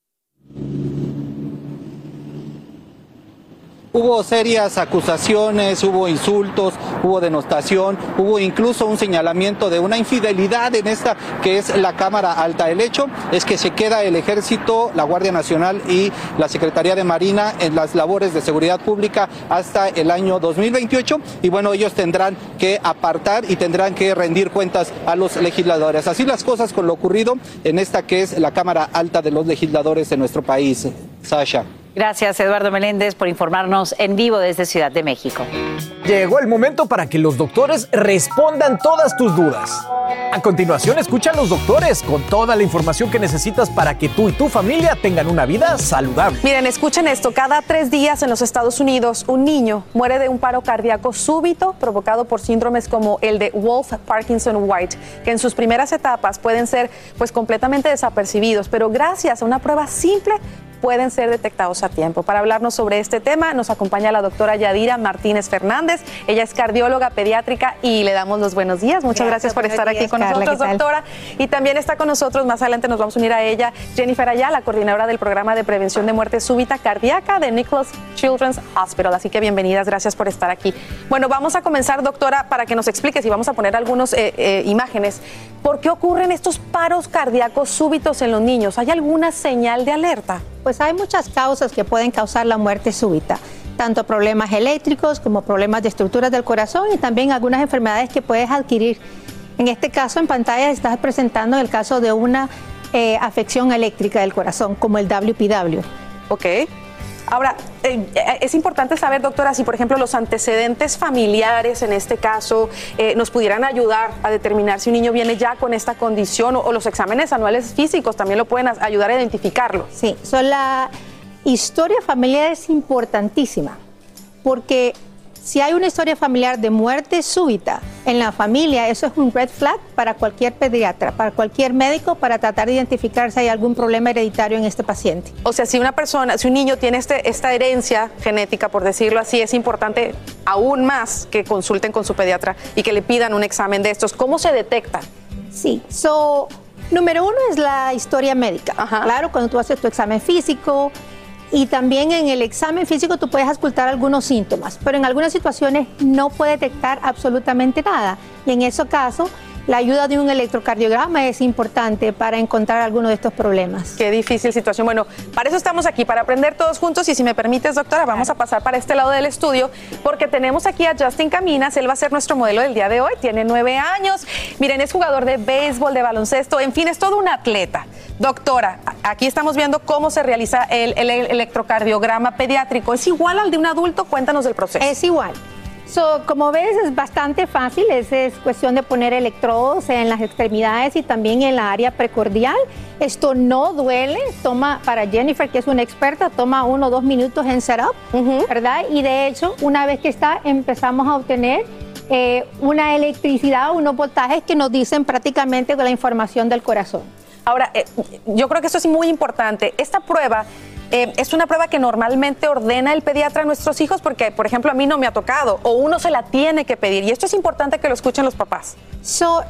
Hubo serias acusaciones, hubo insultos, hubo denostación, hubo incluso un señalamiento de una infidelidad en esta que es la Cámara Alta. El hecho es que se queda el Ejército, la Guardia Nacional y la Secretaría de Marina en las labores de seguridad pública hasta el año dos mil veintiocho y bueno, ellos tendrán que apartar y tendrán que rendir cuentas a los legisladores. Así las cosas con lo ocurrido en esta que es la Cámara Alta de los legisladores de nuestro país. Sasha. Gracias, Eduardo Meléndez, por informarnos en vivo desde Ciudad de México. Llegó el momento para que los doctores respondan todas tus dudas. A continuación, escucha a los doctores con toda la información que necesitas para que tú y tu familia tengan una vida saludable. Miren, escuchen esto. Cada tres días en los Estados Unidos, un niño muere de un paro cardíaco súbito provocado por síndromes como el de Wolff-Parkinson-White, que en sus primeras etapas pueden ser pues completamente desapercibidos, pero gracias a una prueba simple pueden ser detectados a tiempo. Para hablarnos sobre este tema nos acompaña la doctora Yadira Martínez Fernández. Ella es cardióloga pediátrica y le damos los buenos días. Muchas gracias, gracias por estar días, aquí con Carla, nosotros, doctora. Y también está con nosotros, más adelante nos vamos a unir a ella, Jennifer Ayala, coordinadora del programa de prevención de muerte súbita cardíaca de Nicklaus Children's Hospital. Así que bienvenidas, gracias por estar aquí. Bueno, vamos a comenzar, doctora, para que nos expliques y vamos a poner algunas eh, eh, imágenes. ¿Por qué ocurren estos paros cardíacos súbitos en los niños? ¿Hay alguna señal de alerta? Pues hay muchas causas que pueden causar la muerte súbita, tanto problemas eléctricos como problemas de estructuras del corazón y también algunas enfermedades que puedes adquirir. En este caso, en pantalla estás presentando el caso de una eh, afección eléctrica del corazón, como el W P W. Ok. Ahora, eh, es importante saber, doctora, si por ejemplo los antecedentes familiares en este caso eh, nos pudieran ayudar a determinar si un niño viene ya con esta condición o, o los exámenes anuales físicos también lo pueden ayudar a identificarlo. Sí, so la historia familiar es importantísima porque si hay una historia familiar de muerte súbita en la familia, eso es un red flag para cualquier pediatra, para cualquier médico, para tratar de identificar si hay algún problema hereditario en este paciente. O sea, si una persona, si un niño tiene este, esta herencia genética, por decirlo así, es importante aún más que consulten con su pediatra y que le pidan un examen de estos. ¿Cómo se detecta? Sí, so, número uno es la historia médica. Ajá. Claro, cuando tú haces tu examen físico, y también en el examen físico tú puedes auscultar algunos síntomas, pero en algunas situaciones no puede detectar absolutamente nada. Y en ese caso, la ayuda de un electrocardiograma es importante para encontrar alguno de estos problemas. Qué difícil situación. Bueno, para eso estamos aquí, para aprender todos juntos. Y si me permites, doctora, vamos a pasar para este lado del estudio, porque tenemos aquí a Justin Caminas. Él va a ser nuestro modelo del día de hoy. Tiene nueve años. Miren, es jugador de béisbol, de baloncesto, en fin, es todo un atleta. Doctora, aquí estamos viendo cómo se realiza el, el electrocardiograma pediátrico. ¿Es igual al de un adulto? Cuéntanos del proceso. Es igual. So, como ves, es bastante fácil. Es, es cuestión de poner electrodos en las extremidades y también en la área precordial. Esto no duele. Toma, para Jennifer, que es una experta, toma uno o dos minutos en setup, uh-huh. ¿verdad? Y de hecho, una vez que está, empezamos a obtener eh, una electricidad, unos voltajes que nos dicen prácticamente la información del corazón. Ahora, eh, yo creo que esto es muy importante. Esta prueba eh, es una prueba que normalmente ordena el pediatra a nuestros hijos porque, por ejemplo, a mí no me ha tocado o uno se la tiene que pedir. Y esto es importante que lo escuchen los papás. So,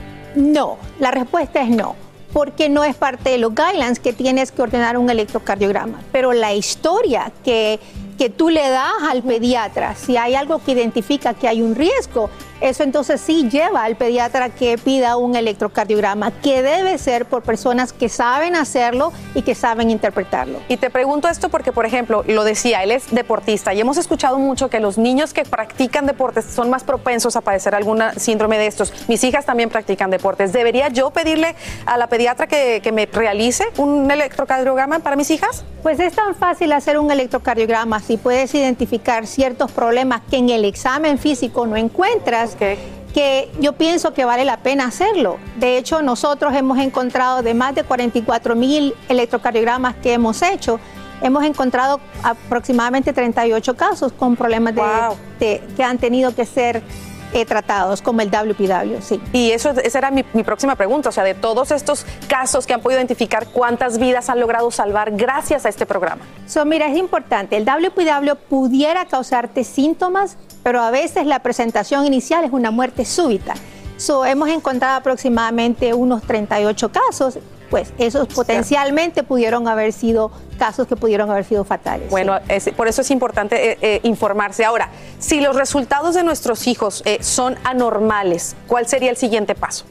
no, la respuesta es no, porque no es parte de los guidelines que tienes que ordenar un electrocardiograma. Pero la historia que, que tú le das al pediatra. Si hay algo que identifica que hay un riesgo, eso entonces sí lleva al pediatra que pida un electrocardiograma, que debe ser por personas que saben hacerlo y que saben interpretarlo. Y te pregunto esto porque, por ejemplo, lo decía, él es deportista y hemos escuchado mucho que los niños que practican deportes son más propensos a padecer alguna síndrome de estos. Mis hijas también practican deportes. ¿Debería yo pedirle a la pediatra que, que me realice un electrocardiograma para mis hijas? Pues es tan fácil hacer un electrocardiograma si puedes identificar ciertos problemas que en el examen físico no encuentras, okay, que yo pienso que vale la pena hacerlo. De hecho, nosotros hemos encontrado de más de cuarenta y cuatro mil electrocardiogramas que hemos hecho, hemos encontrado aproximadamente treinta y ocho casos con problemas de, wow. de, que han tenido que ser Eh, tratados, como el W P W, sí. Y eso, esa era mi, mi próxima pregunta, o sea, de todos estos casos que han podido identificar, ¿cuántas vidas han logrado salvar gracias a este programa? So, mira, es importante, el W P W pudiera causarte síntomas, pero a veces la presentación inicial es una muerte súbita. So, hemos encontrado aproximadamente unos treinta y ocho casos, pues esos potencialmente pudieron haber sido casos que pudieron haber sido fatales. Bueno, sí. es, por eso es importante eh, eh, informarse. Ahora, si los resultados de nuestros hijos eh, son anormales, ¿cuál sería el siguiente paso?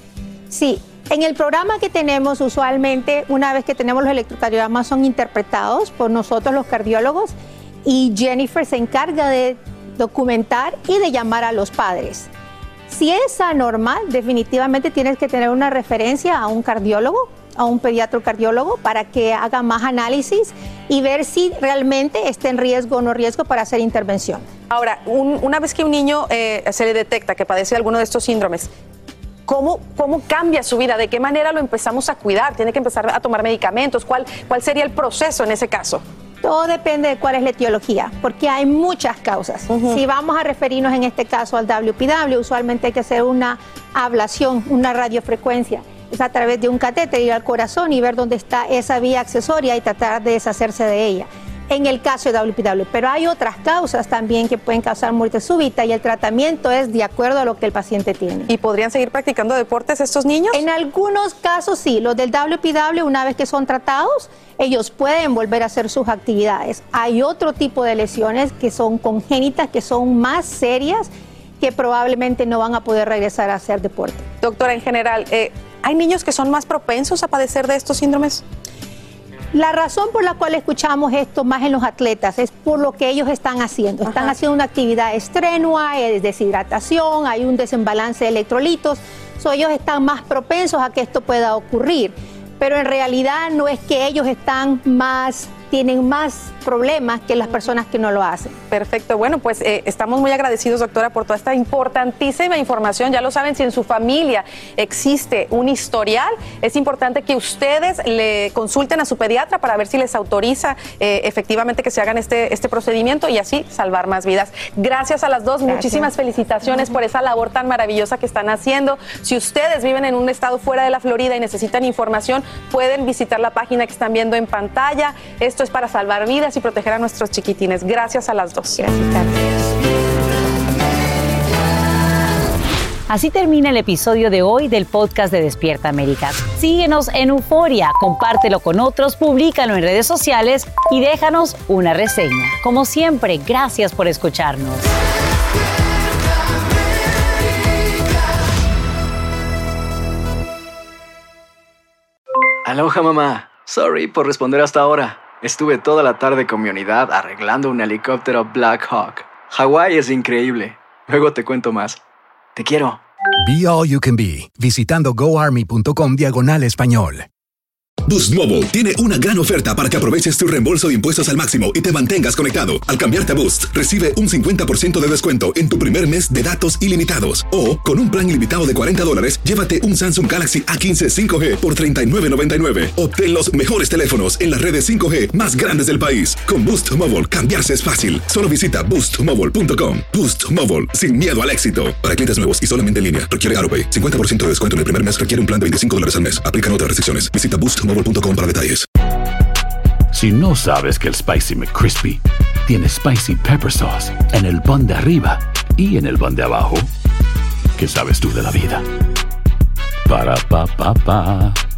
Sí, en el programa que tenemos usualmente, una vez que tenemos los electrocardiogramas, son interpretados por nosotros los cardiólogos y Jennifer se encarga de documentar y de llamar a los padres. Si es anormal, definitivamente tienes que tener una referencia a un cardiólogo, a un pediatra-cardiólogo, para que haga más análisis y ver si realmente está en riesgo o no riesgo para hacer intervención. Ahora, un, una vez que un niño eh, se le detecta que padece alguno de estos síndromes, ¿cómo, ¿cómo cambia su vida? ¿De qué manera lo empezamos a cuidar? ¿Tiene que empezar a tomar medicamentos? ¿Cuál, cuál sería el proceso en ese caso? Todo depende de cuál es la etiología, porque hay muchas causas. Uh-huh. Si vamos a referirnos en este caso al W P W, usualmente hay que hacer una ablación, una radiofrecuencia. Es a través de un catéter ir al corazón y ver dónde está esa vía accesoria y tratar de deshacerse de ella. En el caso de W P W, pero hay otras causas también que pueden causar muerte súbita y el tratamiento es de acuerdo a lo que el paciente tiene. ¿Y podrían seguir practicando deportes estos niños? En algunos casos sí, los del W P W una vez que son tratados, ellos pueden volver a hacer sus actividades. Hay otro tipo de lesiones que son congénitas, que son más serias, que probablemente no van a poder regresar a hacer deporte. Doctora, en general, eh, ¿hay niños que son más propensos a padecer de estos síndromes? La razón por la cual escuchamos esto más en los atletas es por lo que ellos están haciendo. Están Ajá. haciendo una actividad estrenua, es deshidratación, hay un desembalance de electrolitos, so ellos están más propensos a que esto pueda ocurrir. Pero en realidad no es que ellos están más, tienen más problemas que las personas que no lo hacen. Perfecto, bueno, pues eh, estamos muy agradecidos, doctora, por toda esta importantísima información. Ya lo saben, si en su familia existe un historial, es importante que ustedes le consulten a su pediatra para ver si les autoriza eh, efectivamente que se hagan este, este procedimiento y así salvar más vidas. Gracias a las dos, Gracias. Muchísimas felicitaciones por esa labor tan maravillosa que están haciendo. Si ustedes viven en un estado fuera de la Florida y necesitan información, pueden visitar la página que están viendo en pantalla. Esto es para salvar vidas y proteger a nuestros chiquitines. Gracias a las dos. Gracias. Así termina el episodio de hoy del podcast de Despierta América. Síguenos en Euforia, compártelo con otros, públicalo en redes sociales y déjanos una reseña. Como siempre, gracias por escucharnos. Aloha, mamá. Sorry por responder hasta ahora. Estuve toda la tarde con mi unidad arreglando un helicóptero Black Hawk. Hawái es increíble. Luego te cuento más. Te quiero. Be All You Can Be, visitando goarmy.com diagonal español. Boost Mobile tiene una gran oferta para que aproveches tu reembolso de impuestos al máximo y te mantengas conectado. Al cambiarte a Boost, recibe un cincuenta por ciento de descuento en tu primer mes de datos ilimitados. O, con un plan ilimitado de cuarenta dólares, llévate un Samsung Galaxy A quince cinco G por treinta y nueve noventa y nueve. Obtén los mejores teléfonos en las redes cinco G más grandes del país. Con Boost Mobile, cambiarse es fácil. Solo visita boost mobile punto com. Boost Mobile, sin miedo al éxito. Para clientes nuevos y solamente en línea, requiere AutoPay. cincuenta por ciento de descuento en el primer mes requiere un plan de veinticinco dólares al mes. Aplican otras restricciones. Visita boost mobile punto com para detalles. Si no sabes que el Spicy McCrispy tiene Spicy Pepper Sauce en el pan de arriba y en el pan de abajo, ¿qué sabes tú de la vida? Para, pa, pa, pa.